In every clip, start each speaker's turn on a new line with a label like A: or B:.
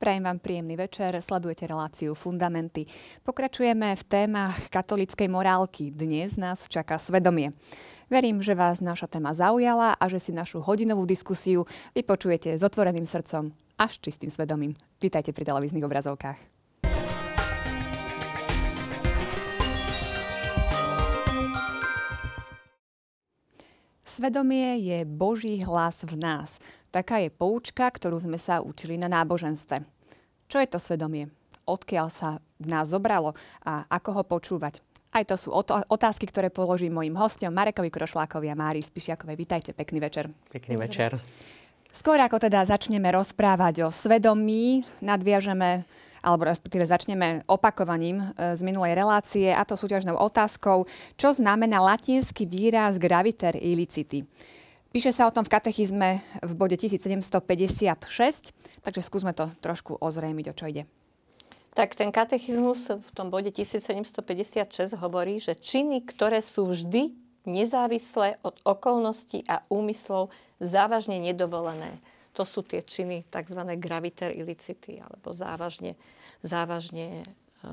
A: Prajem vám príjemný večer, sledujete reláciu Fundamenty. Pokračujeme v témach katolíckej morálky. Dnes nás čaká svedomie. Verím, že vás naša téma zaujala a že si našu hodinovú diskusiu vypočujete s otvoreným srdcom a s čistým svedomím. Vítajte pri televíznych obrazovkách. Svedomie je Boží hlas v nás. Taká je poučka, ktorú sme sa učili na náboženstve. Čo je to svedomie? Odkiaľ sa v nás zobralo a ako ho počúvať? Aj to sú otázky, ktoré položím mojim hosťom Marekovi Krošlákovi a Márii Spišiakovej. Vítajte, pekný večer.
B: Pekný večer.
A: Skôr ako teda začneme rozprávať o svedomí, nadviažeme, alebo respektíve začneme opakovaním z minulej relácie, a to súťažnou otázkou, čo znamená latinský výraz graviter illiciti. Píše sa o tom v katechizme v bode 1756, takže skúsme to trošku ozrejmiť, o čo ide.
C: Tak ten katechizmus v tom bode 1756 hovorí, že činy, ktoré sú vždy nezávislé od okolností a úmyslov, závažne nedovolené. To sú tie činy tzv. Graviter illiciti, alebo závažne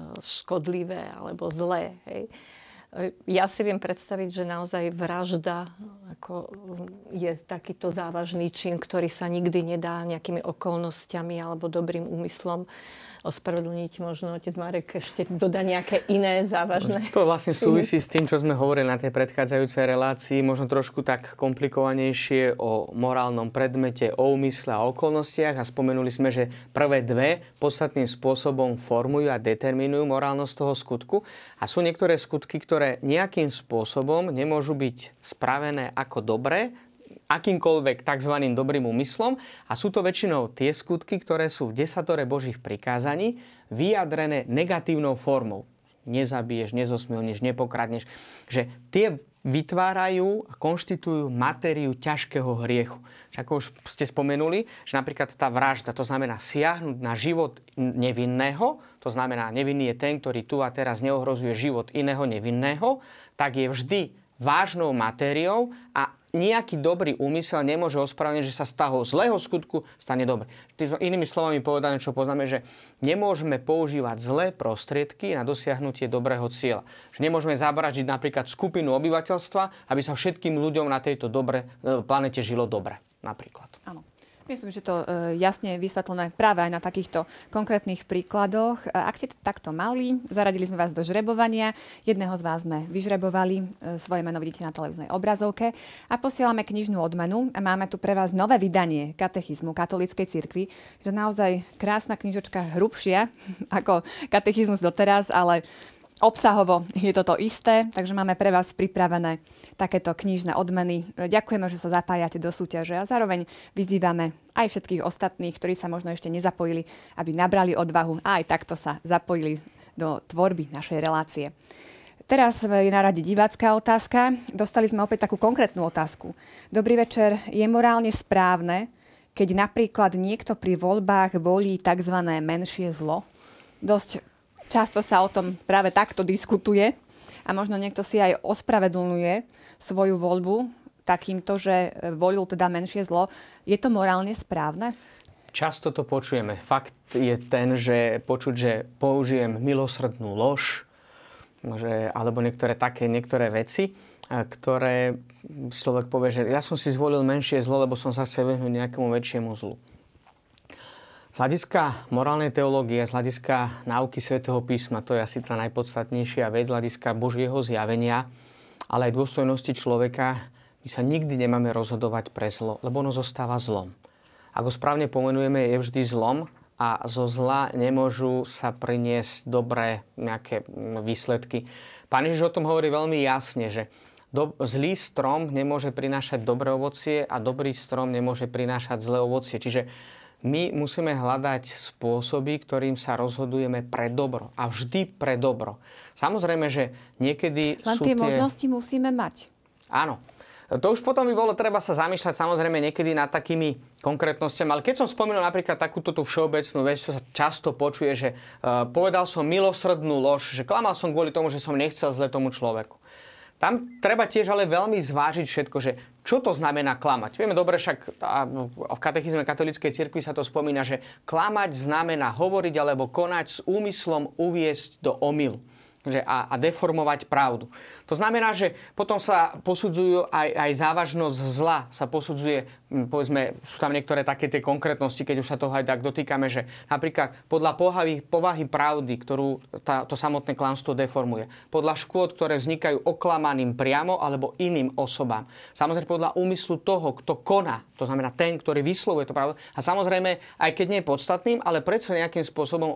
C: škodlivé alebo zlé. Hej. Ja si viem predstaviť, že naozaj vražda ako je takýto závažný čin, ktorý sa nikdy nedá nejakými okolnostiami alebo dobrým úmyslom ospravedlniť. Možno otec Marek ešte dodá nejaké iné závažné.
B: To vlastne súvisí s tým, čo sme hovorili na tej predchádzajúcej relácii. Možno trošku tak komplikovanejšie o morálnom predmete, o úmysle a okolnostiach. A spomenuli sme, že prvé dve podstatným spôsobom formujú a determinujú morálnosť toho skutku. A sú niektoré skutky, ktoré nejakým spôsobom nemôžu byť spravené ako dobré, akýmkoľvek tzv. Dobrým úmyslom, a sú to väčšinou tie skutky, ktoré sú v desatore Božích prikázaní vyjadrené negatívnou formou. Nezabiješ, nezosmilníš, nepokradneš. Že tie vytvárajú a konštitujú matériu ťažkého hriechu. Ako už ste spomenuli, že napríklad tá vražda, to znamená siahnuť na život nevinného, to znamená nevinný je ten, ktorý tu a teraz neohrozuje život iného nevinného, tak je vždy vážnou matériou a nejaký dobrý úmysel nemôže ospravedlniť, že sa z toho zlého skutku stane dobrý. Inými slovami povedané, čo poznáme, že nemôžeme používať zlé prostriedky na dosiahnutie dobrého cieľa. Že nemôžeme zavraždiť napríklad skupinu obyvateľstva, aby sa všetkým ľuďom na tejto planete žilo dobre. Napríklad.
A: Áno. Myslím, že to jasne vysvetlené práve aj na takýchto konkrétnych príkladoch. Ak ste to takto mali, zaradili sme vás do žrebovania. Jedného z vás sme vyžrebovali, svoje meno vidíte na televíznej obrazovke a posielame knižnú odmenu. Máme tu pre vás nové vydanie katechizmu katolíckej cirkvi. Je to naozaj krásna knižočka, hrubšia ako katechizmus doteraz, ale obsahovo je toto isté, takže máme pre vás pripravené takéto knižné odmeny. Ďakujeme, že sa zapájate do súťaže a zároveň vyzývame aj všetkých ostatných, ktorí sa možno ešte nezapojili, aby nabrali odvahu a aj takto sa zapojili do tvorby našej relácie. Teraz je na rade divácka otázka. Dostali sme opäť takú konkrétnu otázku. Dobrý večer. Je morálne správne, keď napríklad niekto pri voľbách volí tzv. Menšie zlo? Dosť často sa o tom práve takto diskutuje a možno niekto si aj ospravedlňuje svoju voľbu takýmto, že volil teda menšie zlo. Je to morálne správne?
B: Často to počujeme. Fakt je ten, že počuť, že použijem milosrdnú lož, alebo niektoré veci, ktoré človek povie, že ja som si zvolil menšie zlo, lebo som sa chcel vyhnúť nejakému väčšiemu zlu. Z hľadiska morálnej teológie, z hľadiska náuky Svätého písma, to je asi tá najpodstatnejšia vec, z hľadiska Božieho zjavenia, ale aj dôstojnosti človeka, my sa nikdy nemáme rozhodovať pre zlo, lebo ono zostáva zlom. Ak ho správne pomenujeme, je vždy zlom a zo zla nemôžu sa priniesť dobré nejaké výsledky. Pán Ježiš o tom hovorí veľmi jasne, že zlý strom nemôže prinášať dobré ovocie a dobrý strom nemôže prinášať zlé ovocie. Čiže my musíme hľadať spôsoby, ktorým sa rozhodujeme pre dobro. A vždy pre dobro. Samozrejme, že niekedy
A: len tie možnosti musíme mať.
B: Áno. To už potom by bolo treba sa zamýšľať samozrejme niekedy nad takými konkrétnostiami. Ale keď som spomenul napríklad takúto tú všeobecnú vec, čo sa často počuje, že povedal som milosrdnú lož, že klamal som kvôli tomu, že som nechcel zle tomu človeku. Tam treba tiež ale veľmi zvážiť všetko, že čo to znamená klamať. Vieme dobre, však v katechizme katolíckej cirkvi sa to spomína, že klamať znamená hovoriť alebo konať s úmyslom uviesť do omylu a deformovať pravdu. To znamená, že potom sa posudzujú aj závažnosť zla, sa posudzuje, povedzme, sú tam niektoré také tie konkrétnosti, keď už sa toho aj tak dotýkame, že napríklad podľa povahy pravdy, ktorú to samotné klamstvo deformuje, podľa škôd, ktoré vznikajú oklamaným priamo alebo iným osobám. Samozrejme podľa úmyslu toho, kto koná, to znamená ten, ktorý vyslovuje to pravdu. A samozrejme, aj keď nie je podstatným, ale predsa nejakým spôsobom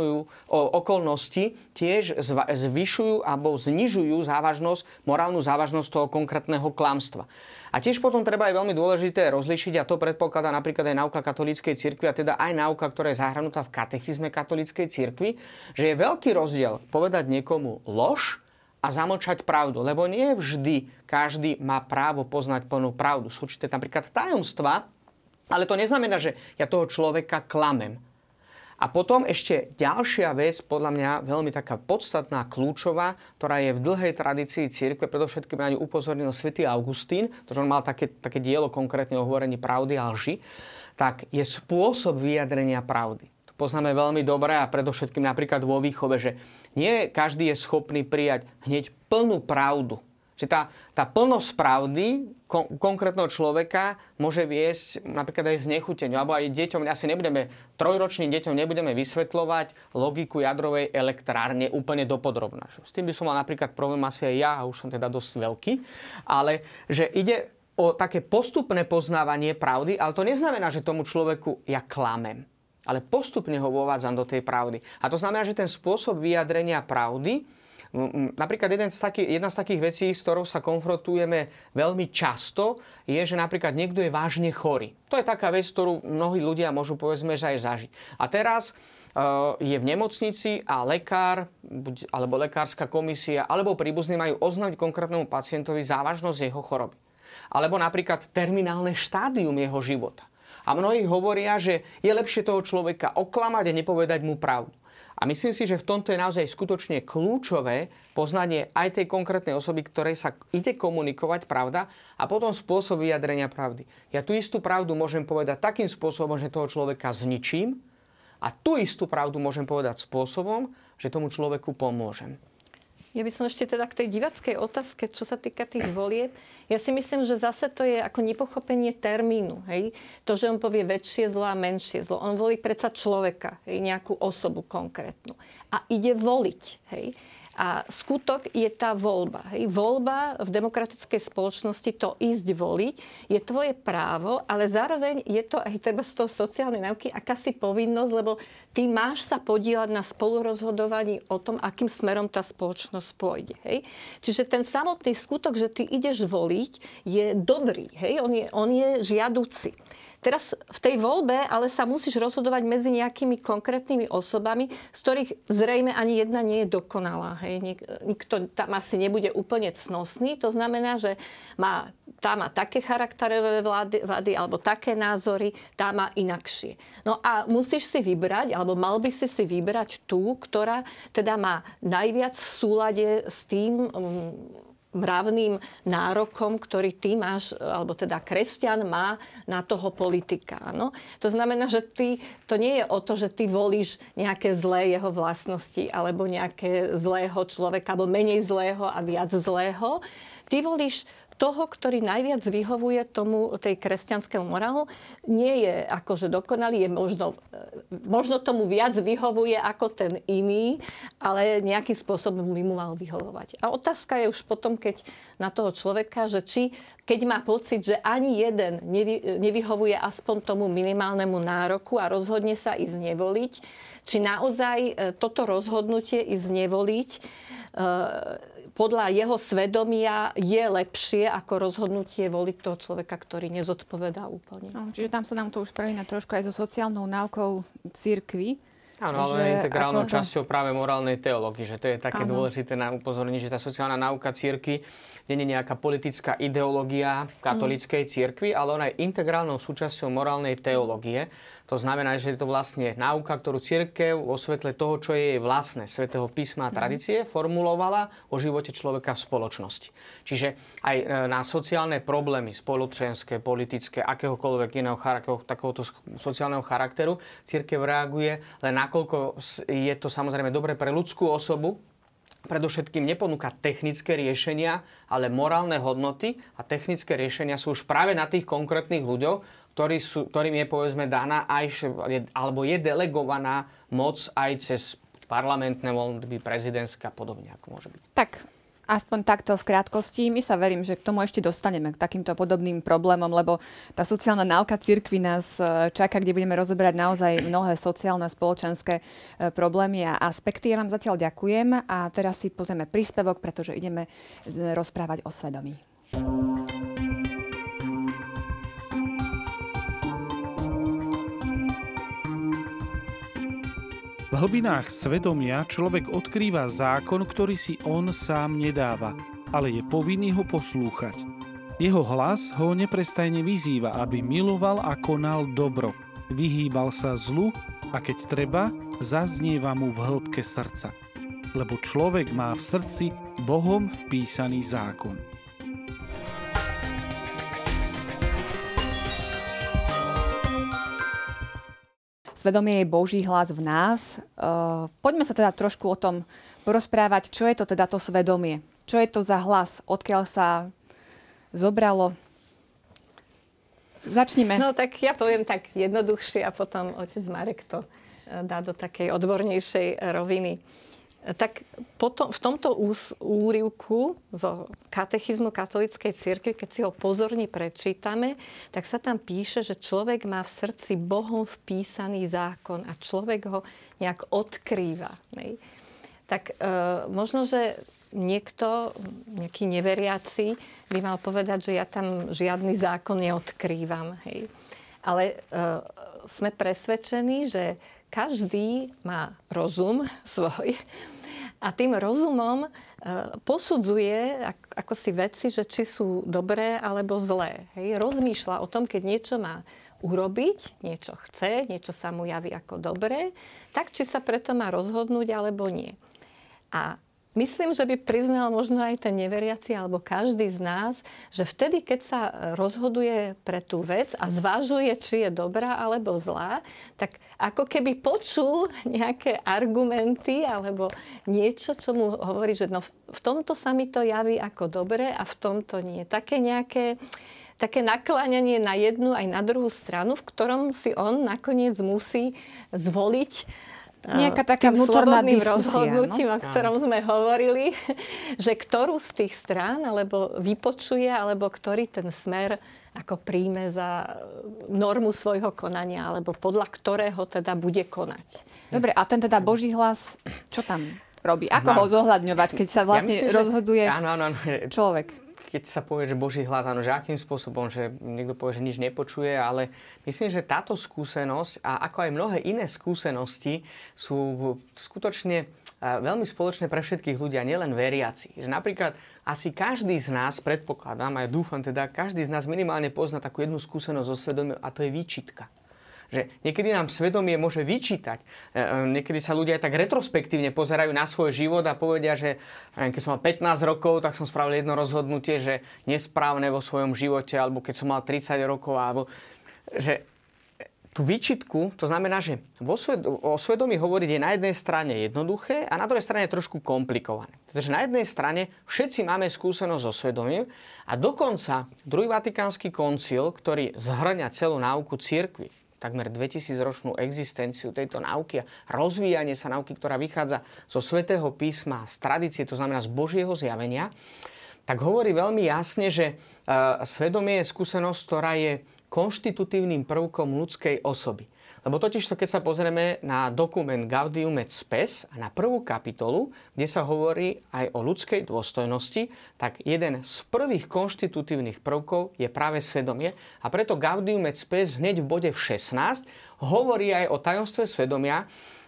B: okolnosti tiež zvyšujú alebo znižujú morálnu závažnosť toho konkrétneho klamstva. A tiež potom treba aj veľmi dôležité rozlíšiť, a to predpokladá napríklad aj náuka katolíckej cirkvi, a teda aj náuka, ktorá je zahrnutá v katechizme katolíckej cirkvi, že je veľký rozdiel povedať niekomu lož a zamlčať pravdu. Lebo nie vždy každý má právo poznať plnú pravdu. Sú určité napríklad tajomstvá, ale to neznamená, že ja toho človeka klamem. A potom ešte ďalšia vec, podľa mňa veľmi taká podstatná, kľúčová, ktorá je v dlhej tradícii cirkve, predovšetkým na ňu upozornil svätý Augustín, pretože on mal také dielo konkrétne o hovorení pravdy a lži, tak je spôsob vyjadrenia pravdy. To poznáme veľmi dobre a predovšetkým napríklad vo výchove, že nie každý je schopný prijať hneď plnú pravdu. Že tá plnosť pravdy konkrétneho človeka môže viesť napríklad aj znechuteniu. Alebo aj deťom, trojročným deťom nebudeme vysvetľovať logiku jadrovej elektrárne úplne dopodrobná. S tým by som mal napríklad problém asi aj ja, a už som teda dosť veľký. Ale že ide o také postupné poznávanie pravdy, ale to neznamená, že tomu človeku ja klamem. Ale postupne ho vovádzam do tej pravdy. A to znamená, že ten spôsob vyjadrenia pravdy, napríklad jedna z takých vecí, s ktorou sa konfrontujeme veľmi často, je, že napríklad niekto je vážne chorý. To je taká vec, ktorú mnohí ľudia môžu, povedzme, že aj zažiť. A teraz je v nemocnici a lekár, alebo lekárska komisia, alebo príbuzní majú oznámiť konkrétnemu pacientovi závažnosť jeho choroby. Alebo napríklad terminálne štádium jeho života. A mnohí hovoria, že je lepšie toho človeka oklamať a nepovedať mu pravdu. A myslím si, že v tomto je naozaj skutočne kľúčové poznanie aj tej konkrétnej osoby, ktorej sa ide komunikovať pravda, a potom spôsob vyjadrenia pravdy. Ja tú istú pravdu môžem povedať takým spôsobom, že toho človeka zničím, a tú istú pravdu môžem povedať spôsobom, že tomu človeku pomôžem.
C: Ja by som ešte teda k tej divackej otázke, čo sa týka tých volieb. Ja si myslím, že zase to je ako nepochopenie termínu. Hej? To, že on povie väčšie zlo a menšie zlo. On volí predsa človeka, hej? Nejakú osobu konkrétnu. A ide voliť. Hej? A skutok je tá voľba. Hej? Voľba v demokratickej spoločnosti, to ísť voliť, je tvoje právo, ale zároveň je to aj treba z toho sociálnej náuky akási povinnosť, lebo ty máš sa podieľať na spolurozhodovaní o tom, akým smerom tá spoločnosť pôjde. Hej? Čiže ten samotný skutok, že ty ideš voliť, je dobrý. Hej? On je žiaduci. Teraz v tej voľbe ale sa musíš rozhodovať medzi nejakými konkrétnymi osobami, z ktorých zrejme ani jedna nie je dokonalá. Hej. Nikto tam asi nebude úplne cnosný. To znamená, že tá má také charakterové vady alebo také názory, tá má inakšie. No a musíš si vybrať, alebo mal by si vybrať tú, ktorá teda má najviac v súlade s tým mravným nárokom, ktorý ty máš, alebo teda kresťan má na toho politika. No? To znamená, že to nie je o to, že ty volíš nejaké zlé jeho vlastnosti alebo nejaké zlého človeka, alebo menej zlého a viac zlého. Ty volíš toho, ktorý najviac vyhovuje tej kresťanskému morálu, nie je akože dokonalý, je možno tomu viac vyhovuje ako ten iný, ale nejakým spôsobom by mu mal vyhovovať. A otázka je už potom, keď na toho človeka, že keď má pocit, že ani jeden nevyhovuje aspoň tomu minimálnemu nároku a rozhodne sa ísť nevoliť, či naozaj toto rozhodnutie ísť nevoliť podľa jeho svedomia je lepšie ako rozhodnutie voliť toho človeka, ktorý nezodpovedá úplne.
A: No, čiže tam sa nám to už prelína trošku aj so sociálnou náukou cirkvi,
B: Áno, ale je integrálnou časťou práve morálnej teológie, že to je také dôležité na upozorniť, že tá sociálna náuka cirkvi nie je nejaká politická ideológia katolíckej cirkvi, ale ona je integrálnou súčasťou morálnej teológie. To znamená, že je to vlastne náuka, ktorú cirkev vo svetle toho, čo je jej vlastné, svätého písma a tradície, formulovala o živote človeka v spoločnosti. Čiže aj na sociálne problémy spoločenské, politické, akéhokoľvek iného takéhoto sociálneho charakteru cirkev reaguje, len nakoľko je to samozrejme dobre pre ľudskú osobu, predovšetkým neponúka technické riešenia, ale morálne hodnoty a technické riešenia sú už práve na tých konkrétnych ľuďoch, ktorým je povedzme daná alebo je delegovaná moc aj cez parlamentné voľby, prezidentské a podobne, ako môže byť.
A: Tak, aspoň takto v krátkosti. My sa verím, že k tomu ešte dostaneme, k takýmto podobným problémom, lebo tá sociálna náuka cirkvi nás čaká, kde budeme rozoberať naozaj mnohé sociálne, spoločenské problémy a aspekty. Ja vám zatiaľ ďakujem a teraz si pozrieme príspevok, pretože ideme rozprávať o svedomí.
D: V hlbinách svedomia človek odkrýva zákon, ktorý si on sám nedáva, ale je povinný ho poslúchať. Jeho hlas ho neprestajne vyzýva, aby miloval a konal dobro. Vyhýbal sa zlu a keď treba, zaznieva mu v hĺbke srdca. Lebo človek má v srdci Bohom vpísaný zákon.
A: Svedomie je Boží hlas v nás. Poďme sa teda trošku o tom porozprávať, čo je to teda to svedomie. Čo je to za hlas, odkiaľ sa zobralo. Začnime.
C: No tak ja poviem tak jednoduchšie a potom otec Marek to dá do takej odbornejšej roviny. Tak potom, v tomto úryvku zo katechizmu katolíckej cirkvi, keď si ho pozorne prečítame, tak sa tam píše, že človek má v srdci Bohom vpísaný zákon a človek ho nejak odkrýva. Ne? Tak možno, že nejaký neveriaci by mal povedať, že ja tam žiadny zákon neodkrývam. Hej. Ale sme presvedčení, že každý má rozum svoj a tým rozumom posudzuje ako si veci, že či sú dobré alebo zlé. Hej. Rozmýšľa o tom, keď niečo má urobiť, niečo chce, niečo sa mu javí ako dobré, tak či sa preto má rozhodnúť alebo nie. A myslím, že by priznal možno aj ten neveriaci alebo každý z nás, že vtedy, keď sa rozhoduje pre tú vec a zvažuje, či je dobrá alebo zlá, tak ako keby počul nejaké argumenty alebo niečo, čo mu hovorí, že no v tomto sa mi to javí ako dobré a v tomto nie. Také nakláňanie na jednu aj na druhú stranu, v ktorom si on nakoniec musí zvoliť
A: nejaká taká vnútorná
C: rozhodnutím, o ktorom sme hovorili, že ktorú z tých strán alebo vypočuje, alebo ktorý ten smer ako príjme za normu svojho konania, alebo podľa ktorého teda bude konať.
A: Dobre, a ten teda Boží hlas, čo tam robí? Ako ho zohľadňovať, keď sa vlastne rozhoduje človek?
B: Keď sa povie, že Boží hlas, áno, že akým spôsobom, že niekto povie, že nič nepočuje, ale myslím, že táto skúsenosť a ako aj mnohé iné skúsenosti sú skutočne veľmi spoločné pre všetkých ľudí a nielen veriaci. Že napríklad asi každý z nás, predpokladám, a ja dúfam teda, každý z nás minimálne pozná takú jednu skúsenosť so svedomím a to je výčitka. Že niekedy nám svedomie môže vyčítať. Niekedy sa ľudia aj tak retrospektívne pozerajú na svoj život a povedia, že keď som mal 15 rokov, tak som spravil jedno rozhodnutie, že nesprávne vo svojom živote, alebo keď som mal 30 rokov, alebo že tú výčitku, to znamená, že o svedomí hovoriť je na jednej strane jednoduché a na druhej strane trošku komplikované. Pretože na jednej strane všetci máme skúsenosť so svedomím a dokonca druhý vatikánsky koncil, ktorý zhrňa celú náuku cirkvi, takmer 2000-ročnú existenciu tejto náuky a rozvíjanie sa náuky, ktorá vychádza zo Svätého písma, z tradície, to znamená z Božieho zjavenia, tak hovorí veľmi jasne, že svedomie je skúsenosť, ktorá je konštitutívnym prvkom ľudskej osoby. Lebo totižto, keď sa pozrieme na dokument Gaudium et Spes a na prvú kapitolu, kde sa hovorí aj o ľudskej dôstojnosti, tak jeden z prvých konštitutívnych prvkov je práve svedomie. A preto Gaudium et Spes hneď v bode 16 hovorí aj o tajomstve svedomia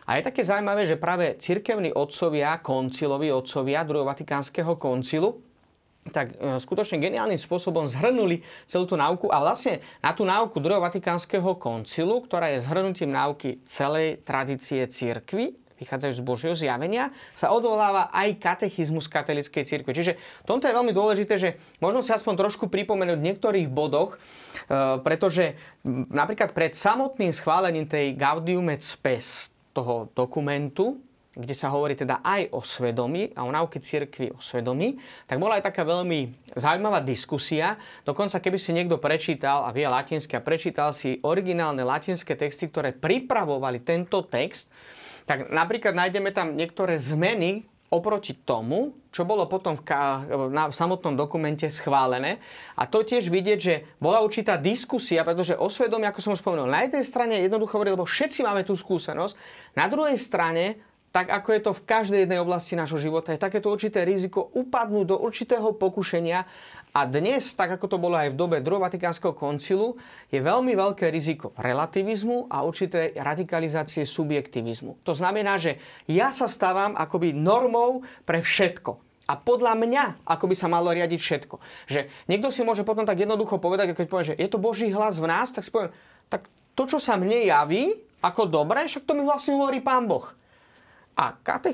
B: A je také zaujímavé, že práve cirkevní otcovia, konciloví otcovia druhého Vatikánskeho koncilu, tak skutočne geniálnym spôsobom zhrnuli celú tú náuku a vlastne na tú náuku druhého Vatikánskeho koncilu, ktorá je zhrnutím náuky celej tradície cirkvi, vychádzajú z Božieho zjavenia, sa odvoláva aj katechizmus katolíckej cirkvi. Čiže tomto je veľmi dôležité, že možno si aspoň trošku pripomenúť v niektorých bodoch, pretože napríklad pred samotným schválením tej Gaudium et Spes, toho dokumentu, kde sa hovorí teda aj o svedomí a o náuke cirkvi o svedomí, tak bola aj taká veľmi zaujímavá diskusia. Dokonca keby si niekto prečítal a vie latinsky a prečítal si originálne latinské texty, ktoré pripravovali tento text, tak napríklad nájdeme tam niektoré zmeny oproti tomu, čo bolo potom na samotnom dokumente schválené. A to tiež vidieť, že bola určitá diskusia, pretože o svedomí, ako som už spomenul, na jednej strane jednoducho hovorí, lebo všetci máme tú skúsenosť, na druhej strane, tak ako je to v každej jednej oblasti nášho života, je takéto určité riziko upadnúť do určitého pokušenia. A dnes, tak ako to bolo aj v dobe druhého Vatikánskeho koncilu, je veľmi veľké riziko relativizmu a určitej radikalizácie subjektivizmu. To znamená, že ja sa stávam akoby normou pre všetko. A podľa mňa, ako by sa malo riadiť všetko. Že niekto si môže potom tak jednoducho povedať, keď povie, že je to Boží hlas v nás, tak si poviem, tak to, čo sa mne javí ako dobré, však to mi vlastne hovorí Pán Boh. A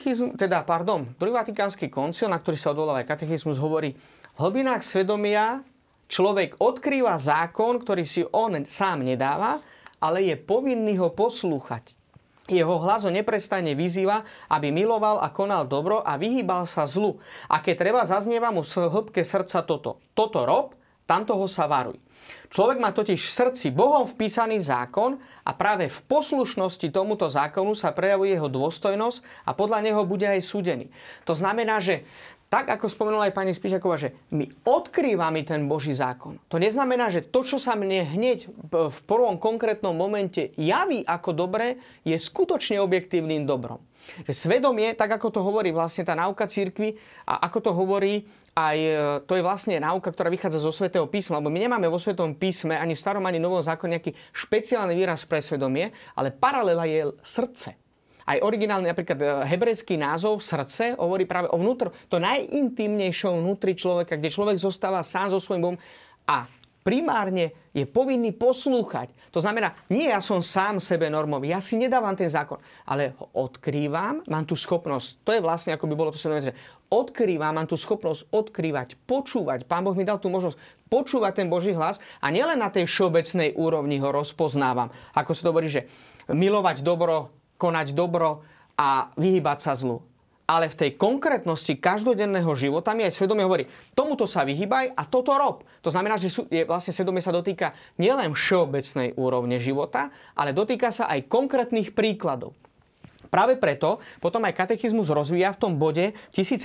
B: druhý Vatikánsky koncil, na ktorý sa odvoláva aj katechizmus, hovorí, v hlbinách svedomia človek odkrýva zákon, ktorý si on sám nedáva, ale je povinný ho poslúchať. Jeho hlas ho neprestajne vyzýva, aby miloval a konal dobro a vyhýbal sa zlu. A keď treba, zaznieva mu v hĺbke srdca toto. Toto rob, tamtoho sa varuj. Človek má totiž v srdci Bohom vpísaný zákon a práve v poslušnosti tomuto zákonu sa prejavuje jeho dôstojnosť a podľa neho bude aj súdený. To znamená, že tak, ako spomenula aj pani Spíšaková, že my odkrývame ten Boží zákon. To neznamená, že to, čo sa mne hneď v prvom konkrétnom momente javí ako dobré, je skutočne objektívnym dobrom. Že svedomie, tak ako to hovorí vlastne tá náuka cirkvi a ako to hovorí aj, to je vlastne náuka, ktorá vychádza zo Svätého písma, lebo my nemáme vo Svätom písme ani v starom, ani novom zákone nejaký špeciálny výraz pre svedomie, ale paralela je srdce. Aj originálny napríklad hebrejský názov srdce hovorí práve o to najintímnejšom vnútri človeka, kde človek zostáva sám so svojím Bohom a primárne je povinný poslúchať. To znamená, nie ja som sám sebe normou, ja si nedávam ten zákon, ale ho odkrývam, mám tú schopnosť, to je vlastne ako by bolo to svedomie, že odkrývam, mám tú schopnosť odkrývať, počúvať. Pán Boh mi dal tú možnosť počúvať ten Boží hlas a nielen na tej všeobecnej úrovni ho rozpoznávam. Ako sa to hovorí, že milovať dobro, konať dobro a vyhýbať sa zlu. Ale v tej konkrétnosti každodenného života mi aj svedomie hovorí, tomuto sa vyhýbaj a toto rob. To znamená, že vlastne svedomie sa dotýka nielen všeobecnej úrovne života, ale dotýka sa aj konkrétnych príkladov. Práve preto potom aj katechizmus rozvíja v tom bode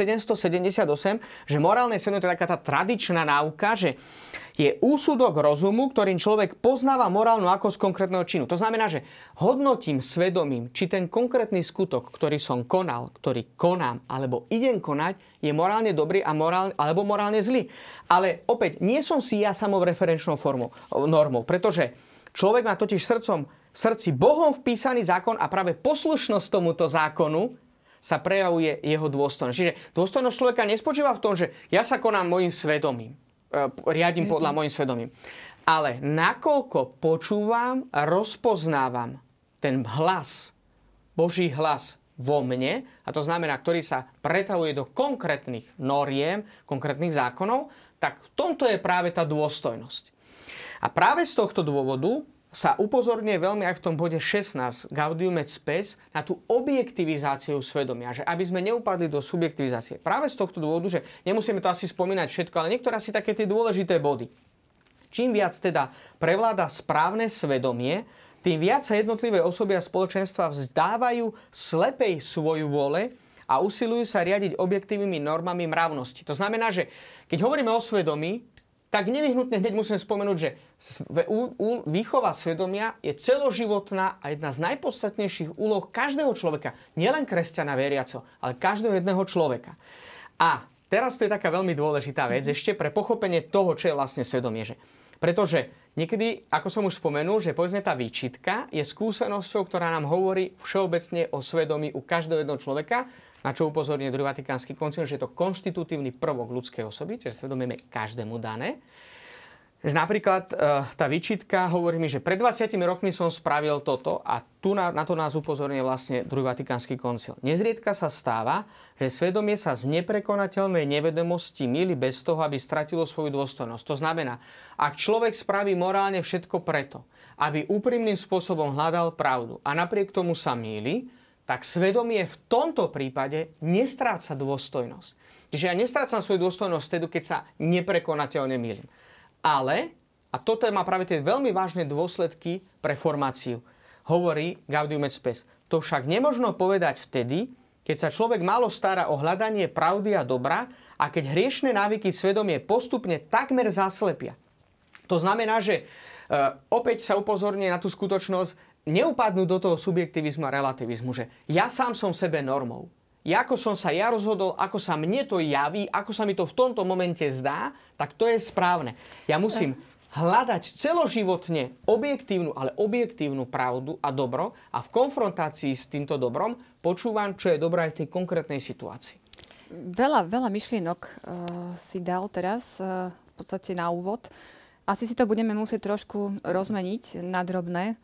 B: 1778, že morálne svedomie, to je taká tá tradičná náuka, že je úsudok rozumu, ktorým človek poznáva morálnu akosť konkrétneho činu. To znamená, že hodnotím svedomím, či ten konkrétny skutok, ktorý som konal, ktorý konám, alebo idem konať, je morálne dobrý alebo morálne zlý. Ale opäť, nie som si ja samou referenčnou normou, pretože človek má totiž v srdci Bohom vpísaný zákon a práve poslušnosť tomuto zákonu sa prejavuje jeho dôstojnosť. Čiže dôstojnosť človeka nespočíva v tom, že ja sa konám mojim svedomím. Riadím podľa mojim svedomím. Ale nakoľko počúvam, rozpoznávam ten hlas, Boží hlas vo mne, a to znamená, ktorý sa pretavuje do konkrétnych noriem, konkrétnych zákonov, tak v tomto je práve tá dôstojnosť. A práve z tohto dôvodu sa upozorňuje veľmi aj v tom bode 16 Gaudium et Spes na tú objektivizáciu svedomia, že aby sme neupadli do subjektivizácie. Práve z tohto dôvodu, že nemusíme to asi spomínať všetko, ale niektoré asi také tie dôležité body. Čím viac teda prevláda správne svedomie, tým viac sa jednotlivé osoby a spoločenstva vzdávajú slepej svoju vôle a usilujú sa riadiť objektívnymi normami mravnosti. To znamená, že keď hovoríme o svedomí, tak nevyhnutne hneď musíme spomenúť, že výchova svedomia je celoživotná a jedna z najpodstatnejších úloh každého človeka. Nielen kresťana veriaco, ale každého jedného človeka. A teraz to je taká veľmi dôležitá vec ešte pre pochopenie toho, čo je vlastne svedomie. Pretože Niekedy, ako som už spomenul, že povedzme tá výčitka je skúsenosťou, ktorá nám hovorí všeobecne o svedomí u každého jednoho človeka, na čo upozorňuje druhý Vatikánsky koncil, že je to konštitutívny prvok ľudskej osoby, čiže svedomie je každému dané. Že napríklad tá výčitka hovorí mi, že pred 20 rokmi som spravil toto a tu na to nás upozorňuje vlastne druhý Vatikánsky koncil. Nezriedka sa stáva, že svedomie sa z neprekonateľnej nevedomosti mýli bez toho, aby stratilo svoju dôstojnosť. To znamená, ak človek spraví morálne všetko preto, aby úprimným spôsobom hľadal pravdu a napriek tomu sa mýli, tak svedomie v tomto prípade nestráca dôstojnosť. Čiže ja nestrácam svoju dôstojnosť vtedy, keď sa neprekonateľne mýlim. Ale, a toto má práve tie veľmi vážne dôsledky pre formáciu, hovorí Gaudium et Spes. To však nemožno povedať vtedy, keď sa človek málo stará o hľadanie pravdy a dobra a keď hriešne návyky svedomie postupne takmer zaslepia. To znamená, že opäť sa upozorňuje na tú skutočnosť, neupadnú do toho subjektivizmu a relativizmu, že ja sám som sebe normou. Ako som sa ja rozhodol, ako sa mne to javí, ako sa mi to v tomto momente zdá, tak to je správne. Ja musím hľadať celoživotne objektívnu pravdu a dobro a v konfrontácii s týmto dobrom počúvam, čo je dobré aj v tej konkrétnej situácii.
A: Veľa myšlienok si dal teraz v podstate na úvod. Asi si to budeme musieť trošku rozmeniť na drobné.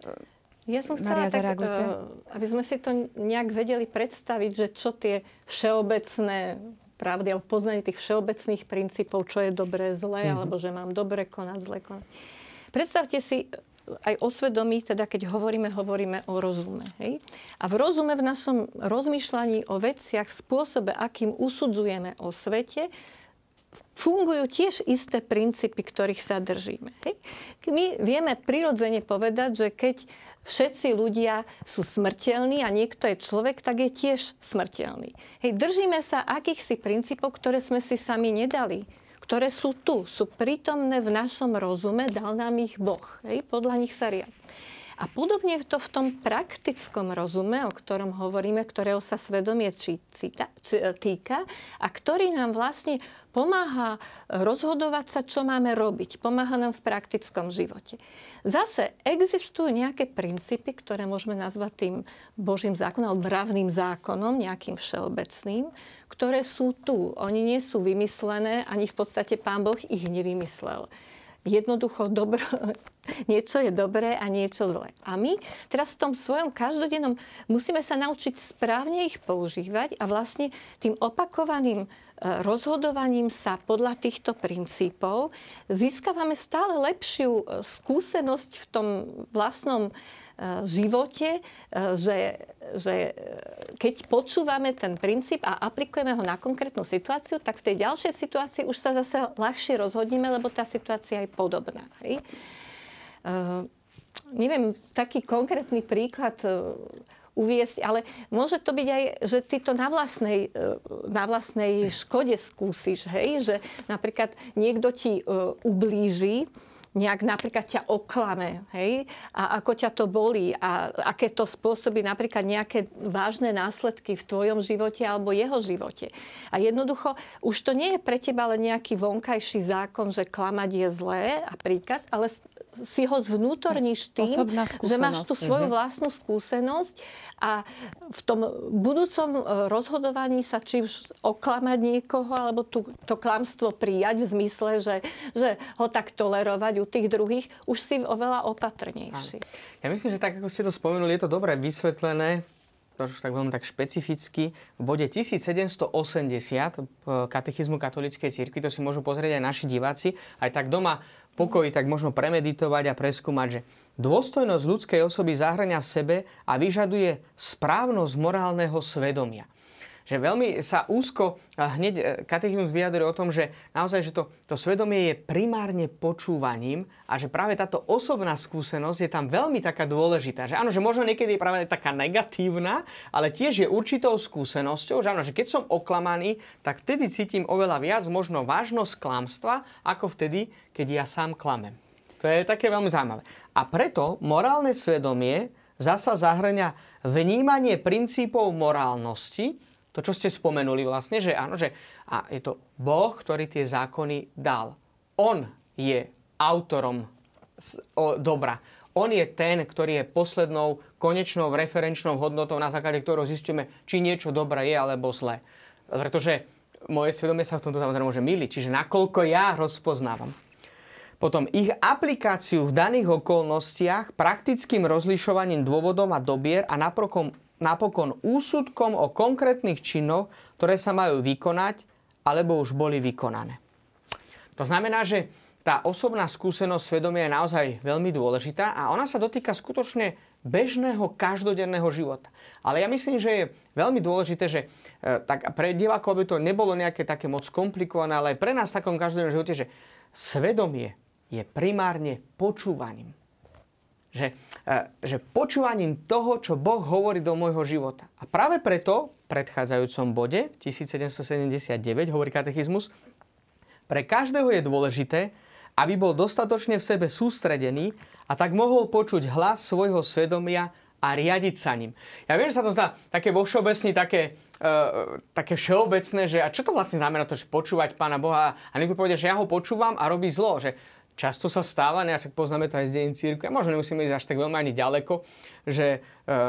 C: Ja som chcela tak, aby sme si to nejak vedeli predstaviť, že čo tie všeobecné pravdy alebo poznanie tých všeobecných princípov, čo je dobré, zlé, alebo že mám dobre konať, zle konať. Predstavte si aj o svedomí, teda keď hovoríme o rozume. Hej? A v rozume, v našom rozmýšľaní o veciach, spôsobe, akým usudzujeme o svete, fungujú tiež isté princípy, ktorých sa držíme. Hej? My vieme prirodzene povedať, že keď všetci ľudia sú smrteľní a niekto je človek, tak je tiež smrteľný. Hej, držíme sa akýchsi princípov, ktoré sme si sami nedali, ktoré sú tu, sú prítomné v našom rozume, dal nám ich Boh. Hej, podľa nich sa riad. A podobne to v tom praktickom rozume, o ktorom hovoríme, ktorého sa svedomie týka a ktorý nám vlastne pomáha rozhodovať sa, čo máme robiť. Pomáha nám v praktickom živote. Zase existujú nejaké princípy, ktoré môžeme nazvať tým Božím zákonom, alebo mravným zákonom, nejakým všeobecným, ktoré sú tu. Oni nie sú vymyslené, ani v podstate Pán Boh ich nevymyslel. Jednoducho niečo je dobré a niečo zlé. A my teraz v tom svojom každodennom musíme sa naučiť správne ich používať a vlastne tým opakovaným rozhodovaním sa podľa týchto princípov získavame stále lepšiu skúsenosť v tom vlastnom živote, že keď počúvame ten princíp a aplikujeme ho na konkrétnu situáciu, tak v tej ďalšej situácii už sa zase ľahšie rozhodneme, lebo tá situácia je podobná. Hej? Neviem, taký konkrétny príklad uviesť, ale môže to byť aj, že ty to na vlastnej škode skúsiš, hej? Že napríklad niekto ti ublíži, nejak napríklad ťa oklame, hej? A ako ťa to bolí a aké to spôsobí napríklad nejaké vážne následky v tvojom živote alebo jeho živote. A jednoducho už to nie je pre teba len nejaký vonkajší zákon, že klamať je zlé a príkaz, ale si ho zvnútorníš tým, že máš tú svoju vlastnú skúsenosť a v tom budúcom rozhodovaní sa či už oklamať niekoho, alebo to klamstvo prijať v zmysle, že ho tak tolerovať u tých druhých, už si oveľa opatrnejší.
B: Ja myslím, že tak, ako ste to spomenuli, je to dobre vysvetlené, tak veľmi tak špecificky, v bode 1780 katechizmu katolíckej cirkvi, to si môžu pozrieť aj naši diváci, aj tak doma pokoji, tak možno premeditovať a preskúmať, že dôstojnosť ľudskej osoby zahŕňa v sebe a vyžaduje správnosť morálneho svedomia. Že veľmi sa úzko hneď katechizmus vyjadruje o tom, že naozaj, že to svedomie je primárne počúvaním a že práve táto osobná skúsenosť je tam veľmi taká dôležitá. Že áno, že možno niekedy je práve taká negatívna, ale tiež je určitou skúsenosťou, že áno, že keď som oklamaný, tak vtedy cítim oveľa viac možno vážnosť klamstva, ako vtedy, keď ja sám klamem. To je také veľmi zaujímavé. A preto morálne svedomie zasa zahŕňa vnímanie princípov morálnosti, to, čo ste spomenuli vlastne, že áno, že a je to Boh, ktorý tie zákony dal. On je autorom dobra. On je ten, ktorý je poslednou, konečnou, referenčnou hodnotou, na základe ktorého zistíme, či niečo dobré je alebo zlé. Pretože moje svedomie sa v tomto samozrejme môže myliť. Čiže nakoľko ja rozpoznávam. Potom ich aplikáciu v daných okolnostiach, praktickým rozlišovaním dôvodom a dobier a napokon úsudkom o konkrétnych činoch, ktoré sa majú vykonať alebo už boli vykonané. To znamená, že tá osobná skúsenosť svedomia je naozaj veľmi dôležitá a ona sa dotýka skutočne bežného, každodenného života. Ale ja myslím, že je veľmi dôležité, že tak pre divákov by to nebolo nejaké také moc komplikované, ale aj pre nás v takom každodennom živote, že svedomie je primárne počúvaním. Že počúvaním toho, čo Boh hovorí do môjho života. A práve preto v predchádzajúcom bode 1779 hovorí katechizmus, pre každého je dôležité, aby bol dostatočne v sebe sústredený a tak mohol počuť hlas svojho svedomia a riadiť sa ním. Ja viem, že sa to zdá také vo všeobecne, také všeobecné, že a čo to vlastne znamená to, že počúvať Pána Boha a niekto povede, že ja ho počúvam a robí zlo, že často sa stáva, a však poznáme to aj z dejín cirkvi, a možno nemusíme ísť až tak veľmi ani ďaleko, že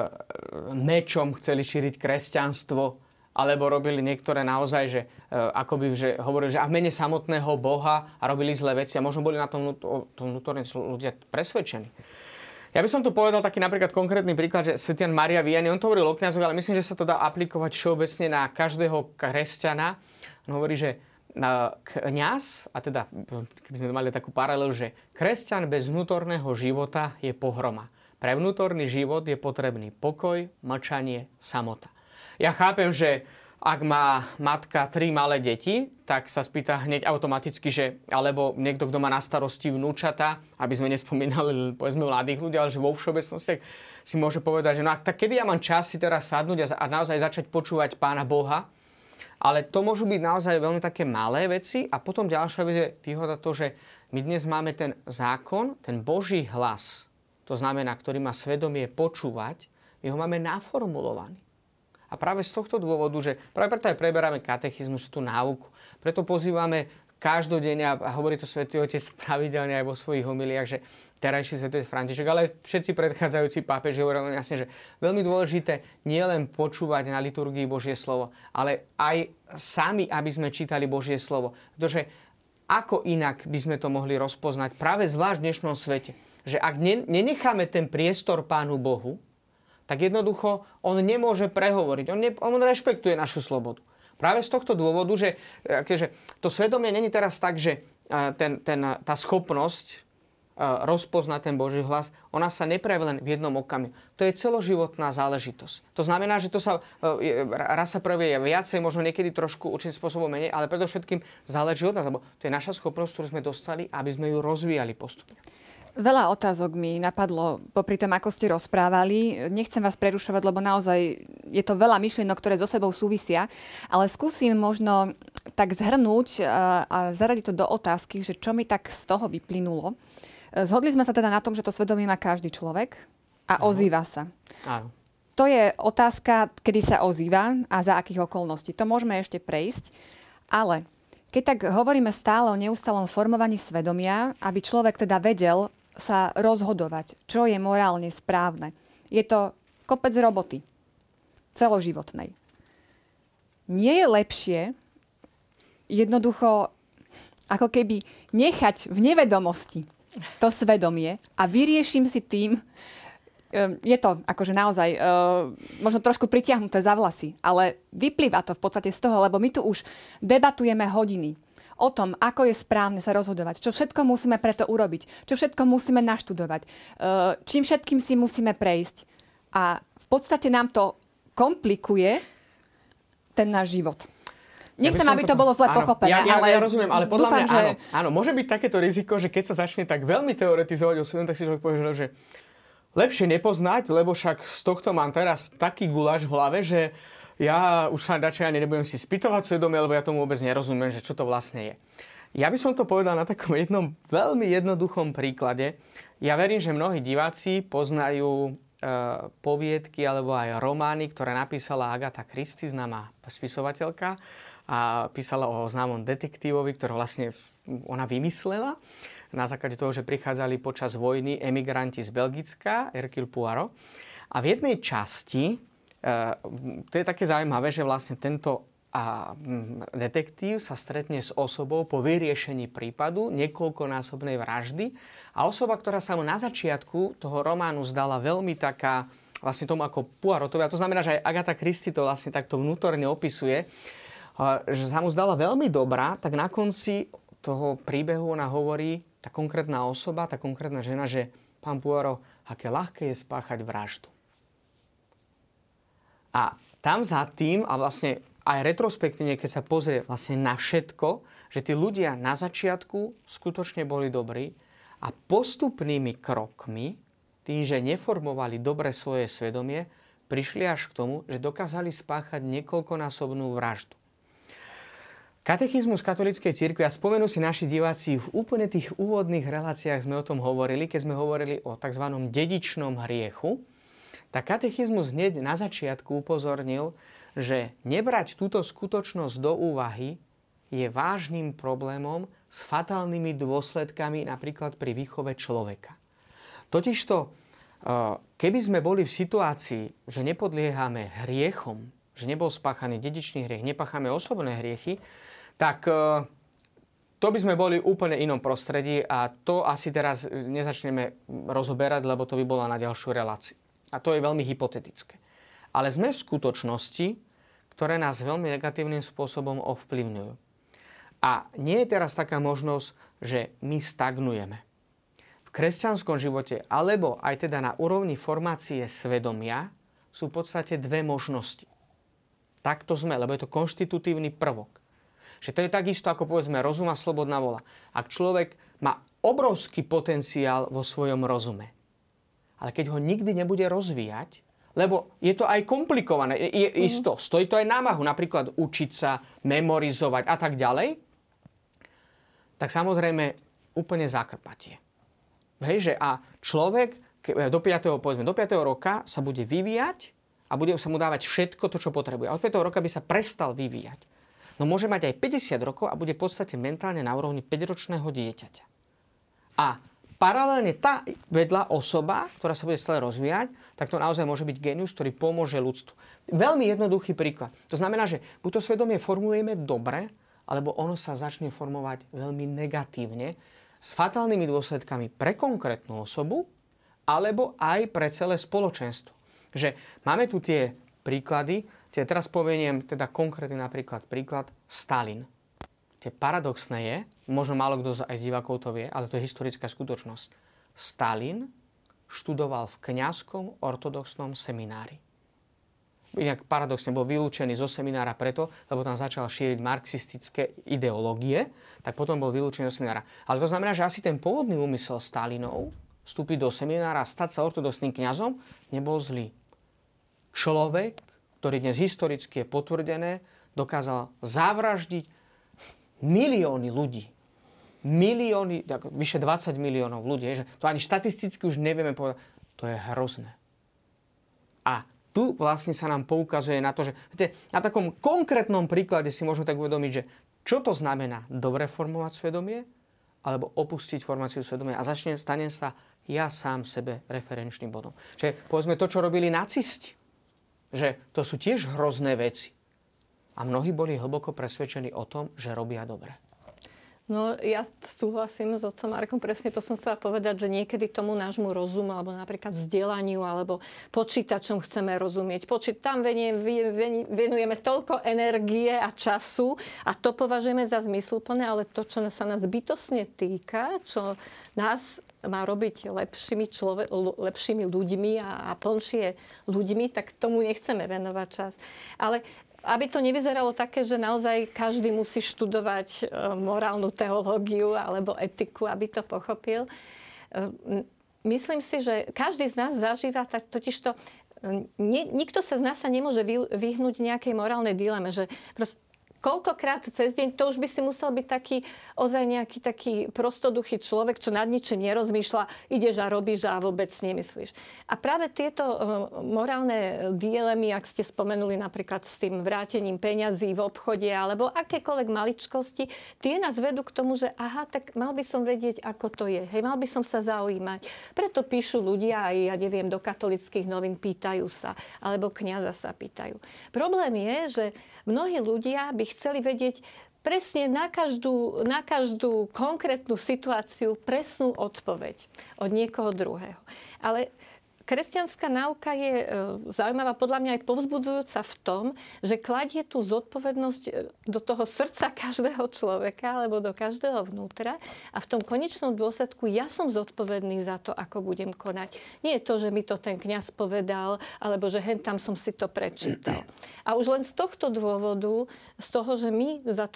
B: mečom chceli šíriť kresťanstvo, alebo robili niektoré naozaj, že akoby že hovorili, že a v mene samotného Boha a robili zlé veci a možno boli na tom vnútorne ľudia presvedčení. Ja by som tu povedal taký napríklad konkrétny príklad, že svätý Ján Mária Vianney, on to hovoril o kňazoch, ale myslím, že sa to dá aplikovať všeobecne na každého kresťana. On hovorí, že kňaz, a teda keby sme mali takú paralelu, že kresťan bez vnútorného života je pohroma. Pre vnútorný život je potrebný pokoj, mlčanie, samota. Ja chápem, že ak má matka 3 malé deti, tak sa spýta hneď automaticky, že alebo niekto, kto má na starosti vnúčata, aby sme nespomínali povedzme mladých ľudí, ale že vo všeobecnosti si môže povedať, že no tak kedy ja mám čas si teraz sadnúť a naozaj začať počúvať Pána Boha. Ale to môžu byť naozaj veľmi také malé veci. A potom ďalšia vec je výhoda to, že my dnes máme ten zákon, ten Boží hlas, to znamená, ktorý má svedomie počúvať, my ho máme naformulovaný. A práve z tohto dôvodu, že práve preto aj preberáme katechizmus, tú náuku. Preto pozývame každodenne, a hovorí to Svätý Otec pravidelne aj vo svojich homiliách, že terajší Svätý Otec František, ale všetci predchádzajúci pápeži hovorili jasne, že veľmi dôležité nie len počúvať na liturgii Božie slovo, ale aj sami, aby sme čítali Božie slovo. Pretože ako inak by sme to mohli rozpoznať práve zvlášť v dnešnom svete, že ak nenecháme ten priestor Pánu Bohu, tak jednoducho on nemôže prehovoriť. On rešpektuje našu slobodu. Práve z tohto dôvodu, že to svedomie není teraz tak, že tá schopnosť rozpoznať ten Boží hlas, ona sa neprejaví len v jednom okamihu. To je celoživotná záležitosť. To znamená, že to sa raz sa prejaví viacej, možno niekedy trošku určitým spôsobom menej, ale predovšetkým záleží od nás, lebo to je naša schopnosť, ktorú sme dostali, aby sme ju rozvíjali postupne.
A: Veľa otázok mi napadlo popri tom, ako ste rozprávali. Nechcem vás prerušovať, lebo naozaj je to veľa myšlienok, ktoré so sebou súvisia, ale skúsim možno tak zhrnúť a zaradiť to do otázky, že čo mi tak z toho vyplynulo. Zhodli sme sa teda na tom, že to svedomie má každý človek a ozýva sa.
B: Áno.
A: To je otázka, kedy sa ozýva a za akých okolností. To môžeme ešte prejsť, ale keď tak hovoríme stále o neustálom formovaní svedomia, aby človek teda vedel sa rozhodovať, čo je morálne správne. Je to kopec roboty. Celoživotnej. Nie je lepšie jednoducho ako keby nechať v nevedomosti to svedomie a vyrieším si tým, je to akože naozaj možno trošku pritiahnuté za vlasy, ale vyplýva to v podstate z toho, lebo my tu už debatujeme hodiny o tom, ako je správne sa rozhodovať, čo všetko musíme preto urobiť, čo všetko musíme naštudovať, čím všetkým si musíme prejsť. A v podstate nám to komplikuje ten náš život. Nechcem, aby to bolo zle pochopené.
B: Ja rozumiem, ale podľa
A: dúfam,
B: mňa áno, môže byť takéto riziko, že keď sa začne tak veľmi teoretizovať o svojom, tak si človek povie, že lepšie nepoznať, lebo však z tohto mám teraz taký guláš v hlave, že ja už sa radšej ani nebudem si spýtovať svedomie, lebo ja tomu vôbec nerozumiem, že čo to vlastne je. Ja by som to povedal na takom jednom veľmi jednoduchom príklade. Ja verím, že mnohí diváci poznajú poviedky alebo aj romány, ktoré napísala Agatha Christie, známa spisovateľka, a písala o známom detektívovi, ktorého vlastne ona vymyslela. na základe toho, že prichádzali počas vojny emigranti z Belgicka, Hercule Poirot. A v jednej časti, to je také zaujímavé, že vlastne tento detektív sa stretne s osobou po vyriešení prípadu niekoľkonásobnej vraždy a osoba, ktorá sa mu na začiatku toho románu zdala veľmi taká vlastne tomu ako Poirotovi, a to znamená, že aj Agatha Christie to vlastne takto vnútorne opisuje, že sa mu zdala veľmi dobrá, tak na konci toho príbehu ona hovorí, tá konkrétna osoba, tá konkrétna žena, že pán Poirot, aké ľahké je spáchať vraždu. A tam za tým, a vlastne aj retrospektívne, keď sa pozrie vlastne na všetko, že tí ľudia na začiatku skutočne boli dobrí a postupnými krokmi, tým, že neformovali dobre svoje svedomie, prišli až k tomu, že dokázali spáchať niekoľkonásobnú vraždu. Katechizmus katolíckej cirkvi, a spomenú si naši diváci, v úplne tých úvodných reláciách sme o tom hovorili, keď sme hovorili o tzv. Dedičnom hriechu, tak katechizmus hneď na začiatku upozornil, že nebrať túto skutočnosť do úvahy je vážnym problémom s fatálnymi dôsledkami napríklad pri výchove človeka. Totižto, keby sme boli v situácii, že nepodliehame hriechom, že nebol spáchaný dedičný hriech, nepáchame osobné hriechy, tak to by sme boli v úplne inom prostredí a to asi teraz nezačneme rozoberať, lebo to by bola na ďalšiu reláciu. A to je veľmi hypotetické. Ale sme v skutočnosti, ktoré nás veľmi negatívnym spôsobom ovplyvňujú. A nie je teraz taká možnosť, že my stagnujeme. V kresťanskom živote, alebo aj teda na úrovni formácie svedomia, sú v podstate dve možnosti. Takto sme, lebo je to konštitutívny prvok. Že to je takisto, ako povedzme, rozum a slobodná voľa. Ak človek má obrovský potenciál vo svojom rozume, ale keď ho nikdy nebude rozvíjať, lebo je to aj komplikované, isto, stojí to aj námahu, napríklad učiť sa, memorizovať a tak ďalej, tak samozrejme úplne zakrpatie. Hej, že a človek do 5. roka sa bude vyvíjať a bude sa mu dávať všetko to, čo potrebuje. A od 5. roka by sa prestal vyvíjať. No môže mať aj 50 rokov a bude v podstate mentálne na úrovni 5-ročného dieťaťa. A paralelne tá vedľa osoba, ktorá sa bude stále rozvíjať, tak to naozaj môže byť génius, ktorý pomôže ľudstvu. Veľmi jednoduchý príklad. To znamená, že buď to svedomie formujeme dobre, alebo ono sa začne formovať veľmi negatívne s fatálnymi dôsledkami pre konkrétnu osobu, alebo aj pre celé spoločenstvo. Že máme tu tie príklady, teraz povediem teda konkrétny napríklad príklad Stalin. Paradoxné je, možno málo kto aj z divákov to vie, ale to je historická skutočnosť. Stalin študoval v kňazskom ortodoxnom seminári. Inak paradoxne bol vylúčený zo seminára preto, lebo tam začal šíriť marxistické ideológie, tak potom bol vylúčený zo seminára. Ale to znamená, že asi ten pôvodný úmysel Stalinov vstúpiť do seminára a stať sa ortodoxným kňazom nebol zlý. Človek, ktorý dnes historicky je potvrdené, dokázal zavraždiť milióny ľudí. Milióny, tak vyše 20 miliónov ľudí. Že to ani štatisticky už nevieme povedať. To je hrozné. A tu vlastne sa nám poukazuje na to, že na takom konkrétnom príklade si môžeme tak uvedomiť, že čo to znamená dobre formovať svedomie alebo opustiť formáciu svedomia a stane sa ja sám sebe referenčným bodom. Čiže povedzme to, čo robili nacisti, že to sú tiež hrozné veci. A mnohí boli hlboko presvedčení o tom, že robia dobre.
C: No ja súhlasím s otcom Markom, presne to som chcela povedať, že niekedy tomu nášmu rozumu, alebo napríklad vzdelaniu, alebo počítačom chceme rozumieť. Tam venujeme toľko energie a času a to považujeme za zmysluplné, ale to, čo sa nás bytostne týka, čo nás má robiť lepšími ľuďmi a plnšie ľuďmi, tak tomu nechceme venovať čas. Ale aby to nevyzeralo také, že naozaj každý musí študovať morálnu teológiu alebo etiku, aby to pochopil. Myslím si, že každý z nás zažíva totižto nikto sa z nás sa nemôže vyhnúť nejakej morálnej dileme, že koľkokrát cez deň, to už by si musel byť taký, ozaj nejaký taký prostoduchý človek, čo nad ničím nerozmýšľa, ideš a robíš a vôbec nemyslíš. A práve tieto morálne dilemy, ak ste spomenuli napríklad s tým vrátením peňazí v obchode alebo akékoľvek maličkosti, tie nás vedú k tomu, že aha, tak mal by som vedieť, ako to je. Hej, mal by som sa zaujímať. Preto píšu ľudia aj, ja neviem, do katolických novín, pýtajú sa, alebo kňaza sa pýtajú. Problém je, že mnohí ľudia by chceli vedieť presne na každú konkrétnu situáciu presnú odpoveď od niekoho druhého. Ale kresťanská náuka je zaujímavá, podľa mňa aj povzbudzujúca v tom, že kladie tú zodpovednosť do toho srdca každého človeka alebo do každého vnútra a v tom konečnom dôsledku ja som zodpovedný za to, ako budem konať. Nie je to, že mi to ten kňaz povedal alebo že tam som si to prečítal. A už len z tohto dôvodu, z toho, že my za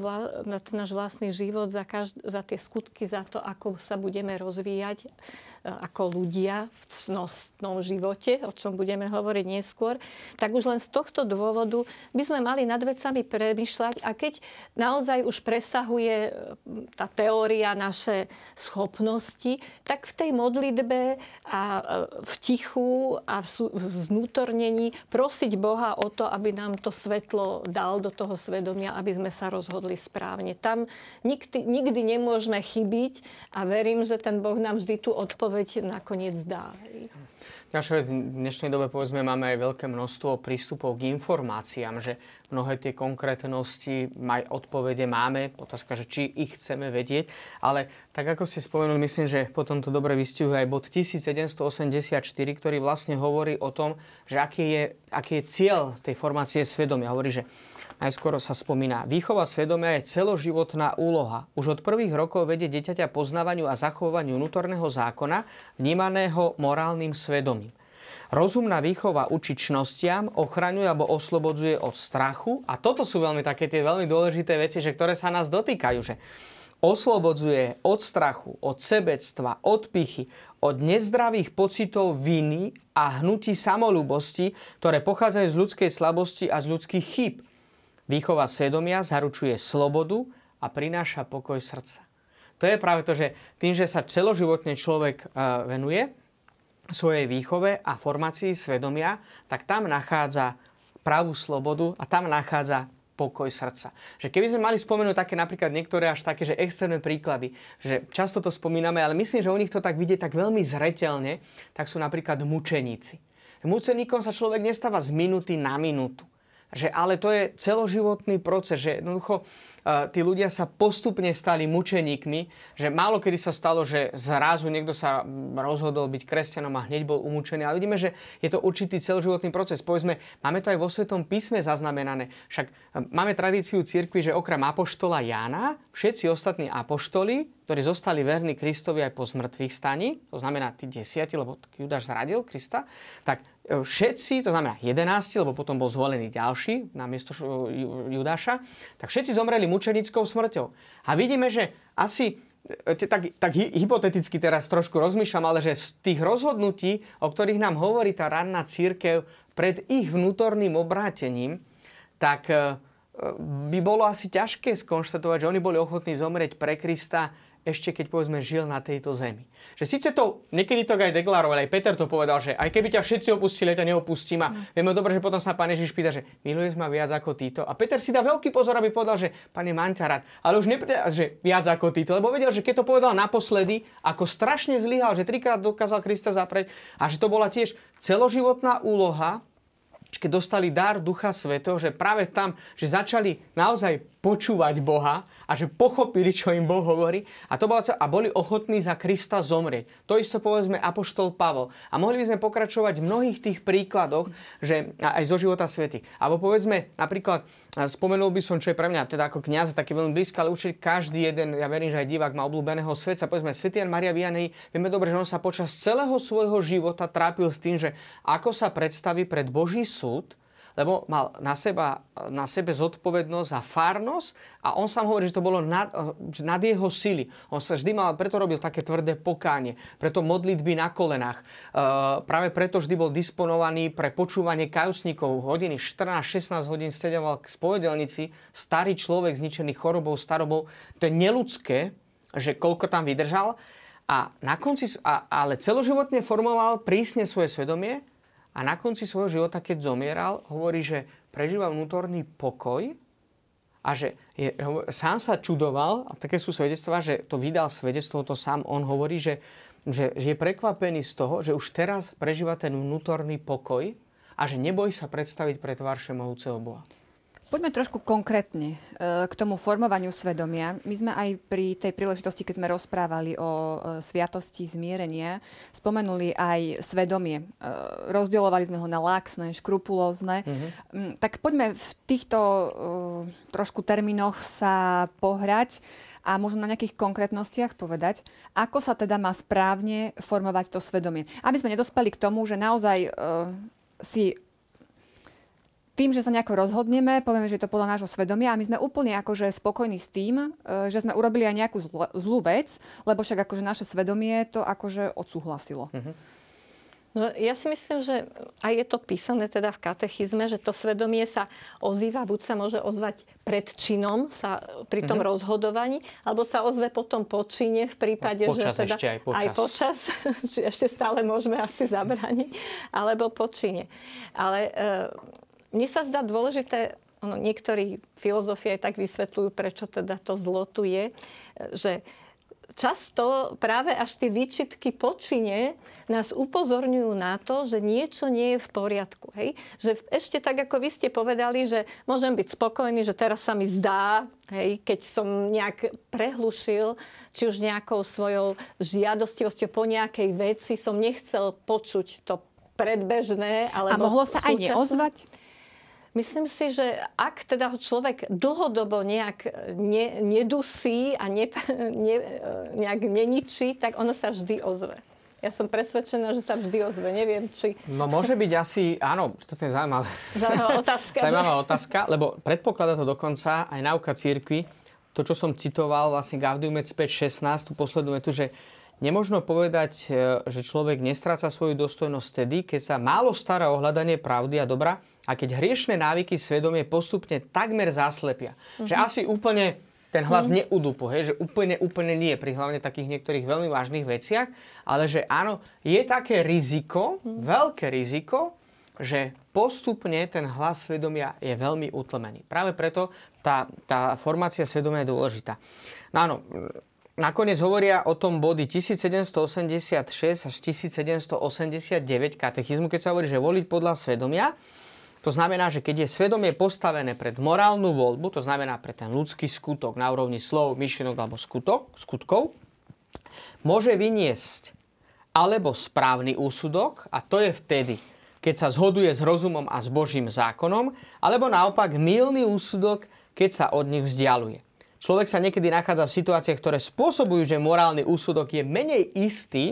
C: náš vlastný život, za tie skutky, za to, ako sa budeme rozvíjať ako ľudia v cnostnom živote, o čom budeme hovoriť neskôr, tak už len z tohto dôvodu by sme mali nad vecami premýšľať a keď naozaj už presahuje tá teória naše schopnosti, tak v tej modlitbe a v tichu a v znútornení prosiť Boha o to, aby nám to svetlo dal do toho svedomia, aby sme sa rozhodli správne. Tam nikdy nemôžeme chybiť a verím, že ten Boh nám vždy tú odpoveď nakoniec dá.
B: Ďalšia vec, v dnešnej dobe povedzme máme aj veľké množstvo prístupov k informáciám, že mnohé tie konkrétnosti odpovede máme, otázka, že či ich chceme vedieť, ale tak ako ste spomenuli, myslím, že potom to dobre vystihuje aj bod 1784, ktorý vlastne hovorí o tom, že aký je cieľ tej formácie svedomia. Hovorí, že najskôr sa spomína, výchova svedomia je celoživotná úloha. Už od prvých rokov vedie dieťaťa poznávaniu a zachovaniu vnútorného zákona, vnímaného morálnym svedomím. Rozumná výchova učí čnostiam, ochraňuje alebo oslobodzuje od strachu. A toto sú veľmi také tie veľmi dôležité veci, že ktoré sa nás dotýkajú, že oslobodzuje od strachu, od sebectva, od pichy, od nezdravých pocitov viny a hnutí samolúbosti, ktoré pochádzajú z ľudskej slabosti a z ľudských chýb. Výchova svedomia zaručuje slobodu a prináša pokoj srdca. To je práve to, že tým, že sa celoživotne človek venuje svojej výchove a formácii svedomia, tak tam nachádza pravú slobodu a tam nachádza pokoj srdca. Že keby sme mali spomenúť také napríklad niektoré až také, že extrémne príklady, že často to spomíname, ale myslím, že u nich to tak vidieť tak veľmi zreteľne, tak sú napríklad mučeníci. Mučeníkom sa človek nestáva z minúty na minútu. Ale to je celoživotný proces, že jednoducho tí ľudia sa postupne stali mučeníkmi, že málo kedy sa stalo, že zrazu niekto sa rozhodol byť kresťanom a hneď bol umúčený. Ale vidíme, že je to určitý celoživotný proces. Povedzme, máme to aj vo Svetom písme zaznamenané. Však máme tradíciu cirkvi, že okrem apoštola Jána, všetci ostatní apoštoli, ktorí zostali verní Kristovi aj po zmrtvých staní, to znamená tí 10, lebo Judáš zradil Krista, tak všetci, to znamená 11, lebo potom bol zvolený ďalší namiesto Judáša, tak všetci zomreli mučenickou smrťou. A vidíme, že asi tak hypoteticky teraz trošku rozmýšľam, ale že z tých rozhodnutí, o ktorých nám hovorí tá ranná cirkev pred ich vnútorným obrátením, tak by bolo asi ťažké skonštatovať, že oni boli ochotní zomrieť pre Krista ešte keď povedzme žil na tejto zemi. Že síce to, niekedy to aj deklarovali, aj Peter to povedal, že aj keby ťa všetci opustili, ťa neopustím. A vieme dobre, že potom sa Pán Ježiš pýta, že miluješ ma viac ako títo. A Peter si dá veľký pozor, aby povedal, že Pane, mám ťa rád. Ale už nepríde, že viac ako títo, lebo vedel, že keď to povedal naposledy, ako strašne zlyhal, že 3-krát dokázal Krista zaprieť a že to bola tiež celoživotná úloha, keď dostali dar Ducha Svätého, že práve tam, že začali naozaj počúvať Boha a že pochopili, čo im Boh hovorí a boli ochotní za Krista zomrieť. To isto povedzme apoštol Pavol. A mohli by sme pokračovať v mnohých tých príkladoch, že aj zo života svätých. Alebo povedzme napríklad, spomenul by som, čo je pre mňa teda ako kňaz taký veľmi blízky, ale určite každý jeden, ja verím, že aj divák má obľúbeného svätca, povedzme svätý Ján Mária Vianney, vieme dobre, že on sa počas celého svojho života trápil s tým, že ako sa predstaví pred Boží súd, lebo mal na sebe zodpovednosť za farnosť a on sám hovorí, že to bolo nad jeho sily. On sa vždy preto robil také tvrdé pokánie, preto modlitby na kolenách. Práve preto vždy bol disponovaný pre počúvanie kajúcnikov. Hodiny 14-16 hodín sedeval k spovedelnici, starý človek zničený chorobou, starobou. To je neľudské, že koľko tam vydržal. A na konci, ale celoživotne formoval prísne svoje svedomie a na konci svojho života, keď zomieral, hovorí, že prežíva vnútorný pokoj a že sám sa čudoval, a také sú svedectvá, že to vydal svedectvo, to sám on hovorí, že je prekvapený z toho, že už teraz prežíva ten vnútorný pokoj a že nebojí sa predstaviť pred tvár všemohúceho Boha.
A: Poďme trošku konkrétne k tomu formovaniu svedomia. My sme aj pri tej príležitosti, keď sme rozprávali o sviatosti zmierenia, spomenuli aj svedomie. Rozdielovali sme ho na laxné, škrupulózne. Tak poďme v týchto trošku termínoch sa pohrať a možno na nejakých konkrétnostiach povedať, ako sa teda má správne formovať to svedomie. Aby sme nedospeli k tomu, že naozaj si tým, že sa nejako rozhodneme, povieme, že je to podľa nášho svedomia a my sme úplne akože spokojní s tým, že sme urobili aj nejakú zlú vec, lebo však akože naše svedomie to akože odsúhlasilo.
C: No, ja si myslím, že aj je to písané teda v katechizme, že to svedomie sa ozýva, buď sa môže ozvať pred činom pri tom rozhodovaní, alebo sa ozve potom po čine v prípade,
B: počas,
C: že teda
B: ešte aj
C: počas, či ešte stále môžeme asi zabrániť, alebo po čine. Ale mne sa zdá dôležité, niektorí filozofi aj tak vysvetľujú, prečo teda to zlo tu je, že často práve až tie výčitky po čine nás upozorňujú na to, že niečo nie je v poriadku. Hej? Že ešte tak, ako vy ste povedali, že môžem byť spokojný, že teraz sa mi zdá, hej, keď som nejak prehlušil, či už nejakou svojou žiadostivosťou po nejakej veci, som nechcel počuť to predbežné. Alebo
A: a mohlo sa aj neozvať?
C: Myslím si, že ak teda ho človek dlhodobo nejak nedusí a nejak neničí, tak ono sa vždy ozve. Ja som presvedčená, že sa vždy ozve. Neviem, či...
B: No môže byť asi, áno, to je zaujímavé.
C: Zaujímavá
B: otázka, lebo predpokladá to dokonca aj náuka cirkvi, to, čo som citoval, vlastne Gaudium et Spes 16, tú poslednú vetu, že nemožno povedať, že človek nestráca svoju dôstojnosť vtedy, keď sa málo stará o hľadanie pravdy a dobra a keď hriešne návyky svedomie postupne takmer zaslepia. Že asi úplne ten hlas neudupu, že úplne nie pri hlavne takých niektorých veľmi vážnych veciach, ale že áno, je také riziko, veľké riziko, že postupne ten hlas svedomia je veľmi utlmený. Práve preto tá formácia svedomia je dôležitá. No áno, nakoniec hovoria o tom body 1786 až 1789 katechizmu, keď sa hovorí, že voliť podľa svedomia. To znamená, že keď je svedomie postavené pred morálnu voľbu, to znamená pre ten ľudský skutok na úrovni slov, myšlienok alebo skutkov, môže vyniesť alebo správny úsudok, a to je vtedy, keď sa zhoduje s rozumom a s Božím zákonom, alebo naopak mylný úsudok, keď sa od nich vzdialuje. Človek sa niekedy nachádza v situáciách, ktoré spôsobujú, že morálny úsudok je menej istý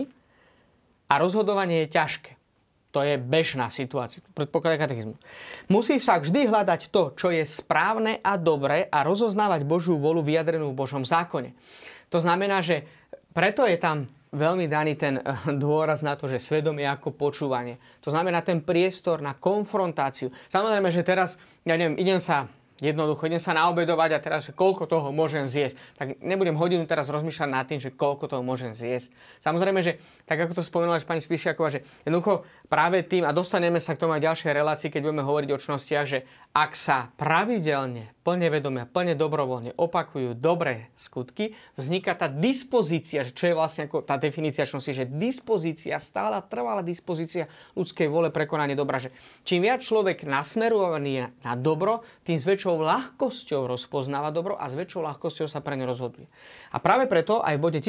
B: a rozhodovanie je ťažké. To je bežná situácia, predpokladá katechizmus. Musí však vždy hľadať to, čo je správne a dobré a rozoznávať Božiu vôľu vyjadrenú v Božom zákone. To znamená, že preto je tam veľmi daný ten dôraz na to, že svedomie ako počúvanie. To znamená ten priestor na konfrontáciu. Samozrejme, že teraz, ja neviem, idem sa naobedovať a teraz, že koľko toho môžem zjesť. Tak nebudem hodinu teraz rozmýšľať nad tým, že koľko toho môžem zjesť. Samozrejme, že tak ako to spomenula pani Spišiaková, že jednoducho práve tým, a dostaneme sa k tomu aj ďalšej relácii, keď budeme hovoriť o čnostiach, že ak sa pravidelne, plne vedomia, plne dobrovoľne opakujú dobré skutky, vzniká tá dispozícia, že čo je vlastne ako tá definícia čnosti, že dispozícia, stála trvalá dispozícia ľudskej vôle prekonanie dobra. Že čím viac človek nasmerovaný na dobro, tým s väčšou ľahkosťou rozpoznáva dobro a s väčšou ľahkosťou sa pre ne rozhoduje. A práve preto aj v bode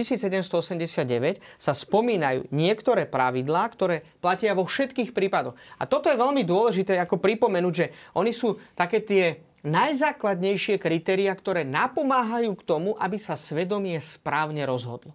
B: 1789 sa spomínajú niektoré pravidlá, ktoré platia vo všetkých prípadoch. A toto je veľmi dôležité ako pripomenúť, že oni sú také tie najzákladnejšie kritériá, ktoré napomáhajú k tomu, aby sa svedomie správne rozhodlo.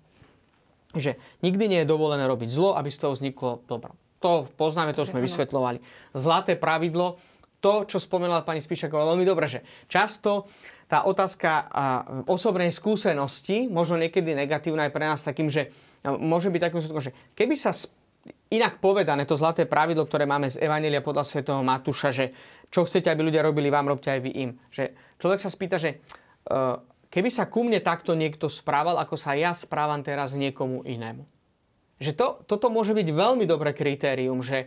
B: Že nikdy nie je dovolené robiť zlo, aby z toho vzniklo dobro. To poznáme, to sme vysvetľovali. Zlaté pravidlo, to, čo spomenula pani Spišaková veľmi dobre, že často tá otázka osobnej skúsenosti, možno niekedy negatívna aj pre nás takým, že môže byť takým, že keby sa inak povedané, to zlaté pravidlo, ktoré máme z Evanjelia podľa svätého Matúša, že čo chcete, aby ľudia robili vám, robte aj vy im. Že človek sa spýta, že keby sa ku mne takto niekto správal, ako sa ja správam teraz niekomu inému. Že toto môže byť veľmi dobré kritérium, že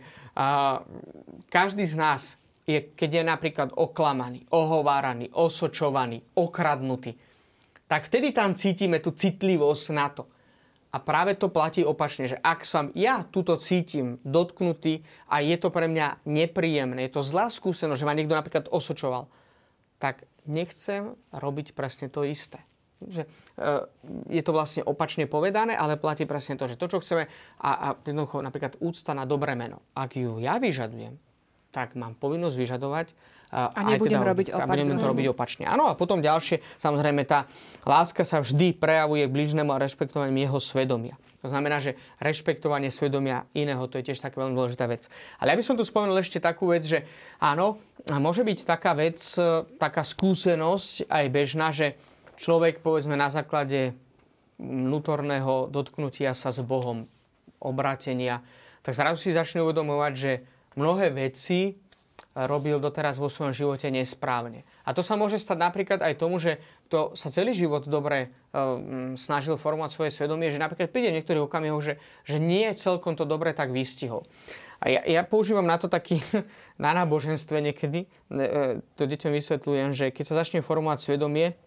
B: každý z nás keď je napríklad oklamaný, ohováraný, osočovaný, okradnutý, tak vtedy tam cítime tú citlivosť na to. A práve to platí opačne, že ak som ja túto cítim dotknutý a je to pre mňa nepríjemné, je to zlá skúsenosť, že ma niekto napríklad osočoval, tak nechcem robiť presne to isté. Že, je to vlastne opačne povedané, ale platí presne to, že to, čo chceme, a jednoducho napríklad úcta na dobré meno, ak ju ja vyžadujem, tak mám povinnosť vyžadovať.
A: A nebudem robiť opačne.
B: A budem to robiť opačne. Áno, a potom ďalšie, samozrejme, tá láska sa vždy prejavuje k bližnému a rešpektovaním jeho svedomia. To znamená, že rešpektovanie svedomia iného, to je tiež taká veľmi dôležitá vec. Ale ja by som tu spomenul ešte takú vec, že áno, môže byť taká vec, taká skúsenosť aj bežná, že človek, povedzme, na základe vnútorného dotknutia sa s Bohom, obrátenia, tak zrazu si začne uvedomovať, že mnohé veci robil doteraz vo svojom živote nesprávne. A to sa môže stať napríklad aj tomu, že kto sa celý život dobre snažil formovať svoje svedomie, že napríklad príde v niektorých okamihoch, že nie celkom to dobre tak vystihol. A ja používam na to taký na náboženstve niekedy, to deťom vysvetľujem, že keď sa začne formovať svedomie,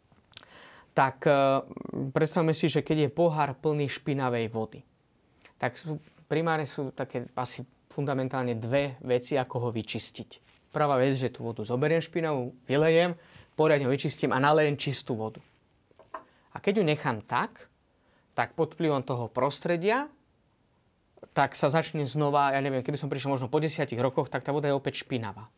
B: tak predstavme si, že keď je pohár plný špinavej vody, tak primárne sú také asi fundamentálne dve veci, ako ho vyčistiť. Prvá vec, že tú vodu zoberiem špinavú, vylejem, poriadne ho vyčistím a nalejem čistú vodu. A keď ju nechám tak pod vplyvom toho prostredia, tak sa začne znova, ja neviem, keby som prišiel možno po 10 rokoch, tak tá voda je opäť špinavá.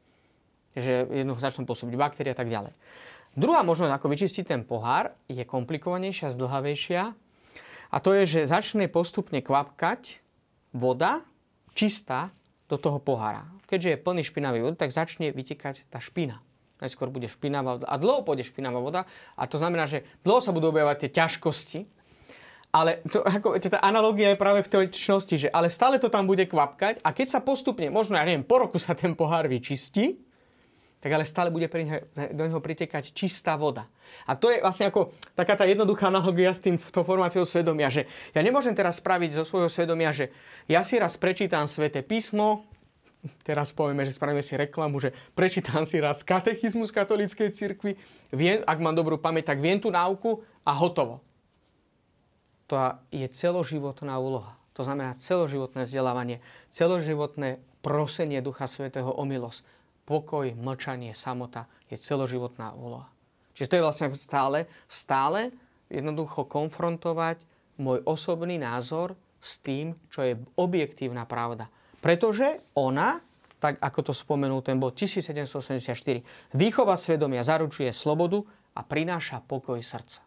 B: Že jednoducho začnú pôsobiť baktérie a tak ďalej. Druhá možnosť, ako vyčistiť ten pohár, je komplikovanejšia, zdĺhavejšia. A to je, že začne postupne kvapkať voda, čistá, do toho pohára. Keďže je plný špinavý vody, tak začne vytekať tá špina. Najskôr bude špinavá voda a dlho pôjde špinavá voda a to znamená, že dlho sa budú objavovať tie ťažkosti, ale tá analogia je práve v teoretičnosti, že ale stále to tam bude kvapkať a keď sa postupne, možno ja neviem, po roku sa ten pohár vyčistí, tak ale stále bude do neho pritekať čistá voda. A to je vlastne ako taká tá jednoduchá analogia s tou formáciou svedomia, že ja nemôžem teraz spraviť zo svojho svedomia, že ja si raz prečítam Sväté písmo, teraz povieme, že spravíme si reklamu, že prečítam si raz katechizmus katolíckej cirkvi, viem, ak mám dobrú pamäť, tak viem tú náuku a hotovo. To je celoživotná úloha. To znamená celoživotné vzdelávanie, celoživotné prosenie Ducha Svätého o milosť. Pokoj, mlčanie, samota je celoživotná úloha. Čiže to je vlastne stále jednoducho konfrontovať môj osobný názor s tým, čo je objektívna pravda. Pretože ona, tak ako to spomenul ten bod 1784, výchova svedomia zaručuje slobodu a prináša pokoj srdca.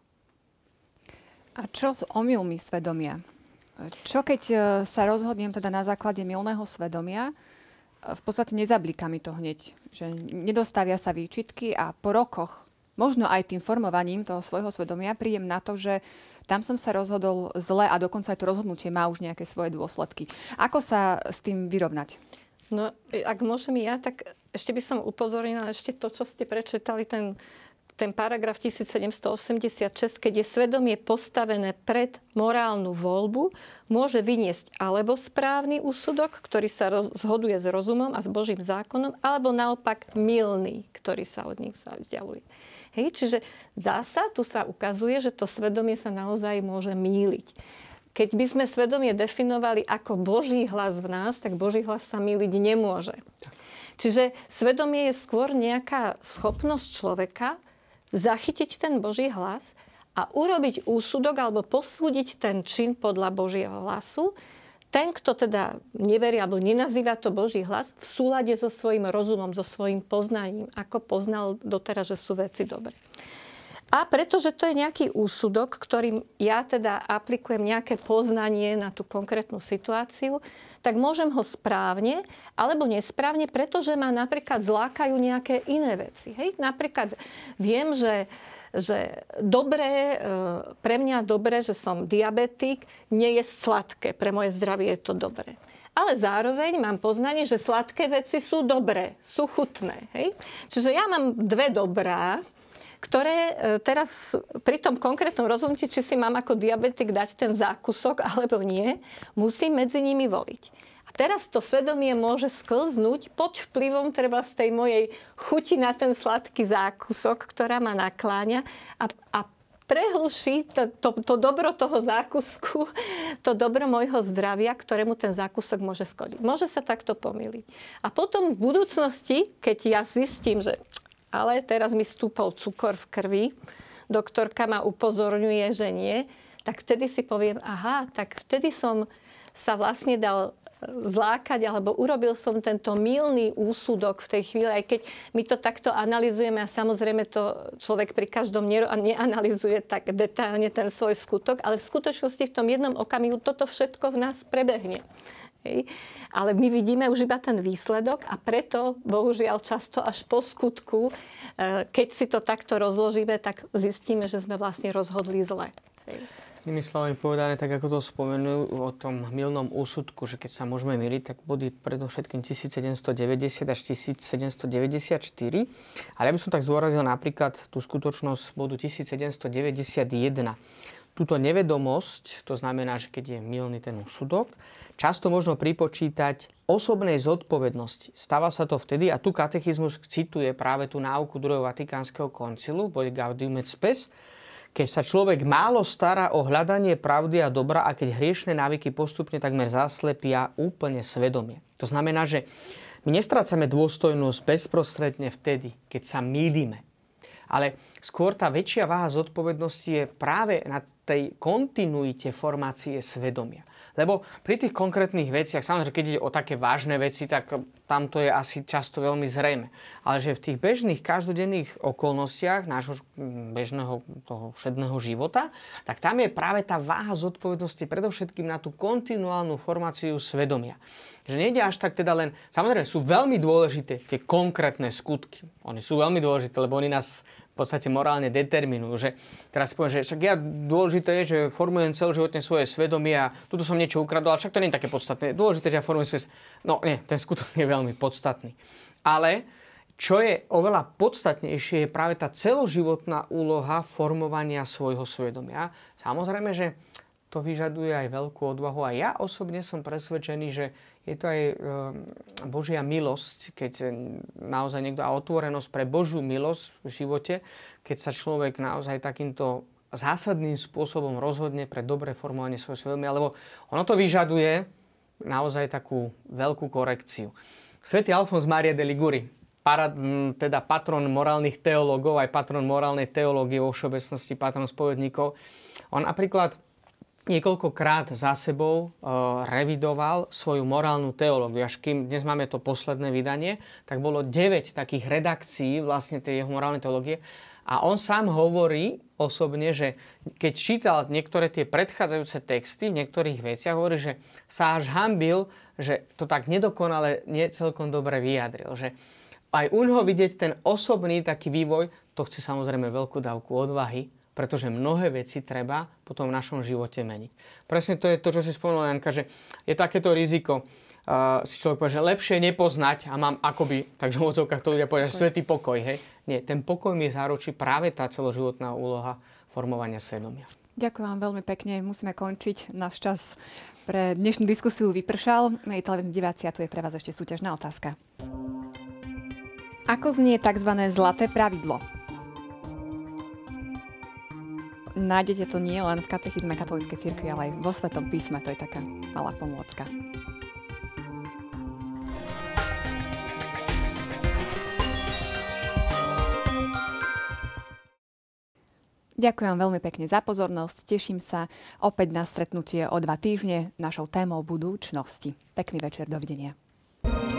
A: A čo s omylmi svedomia? Čo keď sa rozhodnem teda na základe mylného svedomia, v podstate nezablíka mi to hneď, že nedostavia sa výčitky a po rokoch, možno aj tým formovaním toho svojho svedomia, príjem na to, že tam som sa rozhodol zle a dokonca aj to rozhodnutie má už nejaké svoje dôsledky. Ako sa s tým vyrovnať?
C: No, ak môžem ja, tak ešte by som upozornila ešte to, čo ste prečítali, ten paragraf 1786, keď je svedomie postavené pred morálnu voľbu, môže vyniesť alebo správny úsudok, ktorý sa zhoduje s rozumom a s Božím zákonom, alebo naopak mylný, ktorý sa od nich vzdialuje. Hej, čiže zdá sa, tu sa ukazuje, že to svedomie sa naozaj môže mýliť. Keď by sme svedomie definovali ako Boží hlas v nás, tak Boží hlas sa mýliť nemôže. Čiže svedomie je skôr nejaká schopnosť človeka zachytiť ten Boží hlas a urobiť úsudok alebo posúdiť ten čin podľa Božieho hlasu. Ten, kto teda neverí alebo nenazýva to Boží hlas, v súlade so svojím rozumom, so svojím poznaním, ako poznal doteraz, že sú veci dobré. A pretože to je nejaký úsudok, ktorým ja teda aplikujem nejaké poznanie na tú konkrétnu situáciu, tak môžem ho správne alebo nesprávne, pretože ma napríklad zlákajú nejaké iné veci. Hej? Napríklad viem, že pre mňa dobré, že som diabetik, nie je sladké. Pre moje zdravie je to dobré. Ale zároveň mám poznanie, že sladké veci sú dobré, sú chutné. Hej? Čiže ja mám dve dobrá, ktoré teraz pri tom konkrétnom rozhodnutí, či si mám ako diabetik dať ten zákusok alebo nie, musím medzi nimi voliť. A teraz to svedomie môže sklznúť pod vplyvom treba z tej mojej chuti na ten sladký zákusok, ktorá ma nakláňa a prehluší to dobro toho zákusku, to dobro môjho zdravia, ktorému ten zákusok môže škodiť. Môže sa takto pomýliť. A potom v budúcnosti, keď ja zistím, že ale teraz mi stúpol cukor v krvi, doktorka ma upozorňuje, že nie, tak vtedy si poviem, aha, tak vtedy som sa vlastne dal zlákať, alebo urobil som tento mylný úsudok v tej chvíli, aj keď my to takto analyzujeme a samozrejme to človek pri každom neanalizuje tak detailne ten svoj skutok, ale v skutočnosti v tom jednom okamihu toto všetko v nás prebehne. Hej. Ale my vidíme už iba ten výsledok a preto, bohužiaľ, často až po skutku, keď si to takto rozložíme, tak zistíme, že sme vlastne rozhodli zle. Hej.
B: Inými slovami povedané, tak ako to spomenul o tom mylnom úsudku, že keď sa môžeme myliť, tak body predovšetkým 1790 až 1794. Ale ja by som tak zdôrazil napríklad tú skutočnosť bodu 1791. Túto nevedomosť, to znamená, že keď je mylný ten úsudok, často možno pripočítať osobnej zodpovednosti. Stáva sa to vtedy, a tu katechizmus cituje práve tú náuku druhého Vatikánskeho koncilu, bodi Gaudium et Spes, keď sa človek málo stará o hľadanie pravdy a dobra a keď hriešne návyky postupne takmer zaslepia úplne svedomie. To znamená, že my nestrácame dôstojnosť bezprostredne vtedy, keď sa mýlime. Ale skôr tá väčšia váha zodpovednosti je práve na tej kontinuite formácie svedomia. Lebo pri tých konkrétnych veciach, samozrejme, keď ide o také vážne veci, tak tam to je asi často veľmi zrejme. Ale že v tých bežných, každodenných okolnostiach nášho bežného toho všedného života, tak tam je práve tá váha zodpovednosti predovšetkým na tú kontinuálnu formáciu svedomia. Že nejde až tak teda len, samozrejme sú veľmi dôležité tie konkrétne skutky. Oni sú veľmi dôležité, lebo oni nás v podstate morálne determinujú. Že teraz poviem, že však ja dôležité je, že formujem celoživotne svoje svedomie a tuto som niečo ukradol, ale však to nie je také podstatné. Dôležité, že ja formujem svoje... No nie, ten skutok je veľmi podstatný. Ale čo je oveľa podstatnejšie, je práve tá celoživotná úloha formovania svojho svedomia. Samozrejme, že to vyžaduje aj veľkú odvahu a ja osobne som presvedčený, že je to aj Božia milosť, keď naozaj niekto a otvorenosť pre Božiu milosť v živote, keď sa človek naozaj takýmto zásadným spôsobom rozhodne pre dobré formovanie svojho svedomia, lebo ono to vyžaduje naozaj takú veľkú korekciu. Svätý Alfons Maria de Liguri, teda patron morálnych teológov, aj patron morálnej teológie vo všeobecnosti, patron spovedníkov, on napríklad niekoľkokrát za sebou revidoval svoju morálnu teológiu. Až kým dnes máme to posledné vydanie, tak bolo 9 takých redakcií vlastne tej jeho morálnej teológie. A on sám hovorí osobne, že keď čítal niektoré tie predchádzajúce texty v niektorých veciach, hovorí, že sa až hanbil, že to tak nedokonale, nie celkom dobre vyjadril. Že aj u neho vidieť ten osobný taký vývoj, to chce samozrejme veľkú dávku odvahy, pretože mnohé veci treba potom v našom živote meniť. Presne to je to, čo si spomenula Janka, že je takéto riziko. Si človek povie, že lepšie nepoznať a mám akoby, takže v odzovkách to ľudia povedia, že svätý pokoj. Hej? Nie, ten pokoj mi záručí práve tá celoživotná úloha formovania svedomia.
A: Ďakujem vám veľmi pekne. Musíme končiť. Náš čas pre dnešnú diskusiu vypršal. Milí televízni diváci, a tu je pre vás ešte súťažná otázka. Ako znie tzv. Zlaté pravidlo? Nájdete to nie len v katechizme katolíckej cirkvi, ale aj vo Svetom písme. To je taká malá pomôcka. Ďakujem veľmi pekne za pozornosť. Teším sa opäť na stretnutie o 2 týždne. Našou témou budúčnosti. Pekný večer, dovidenia.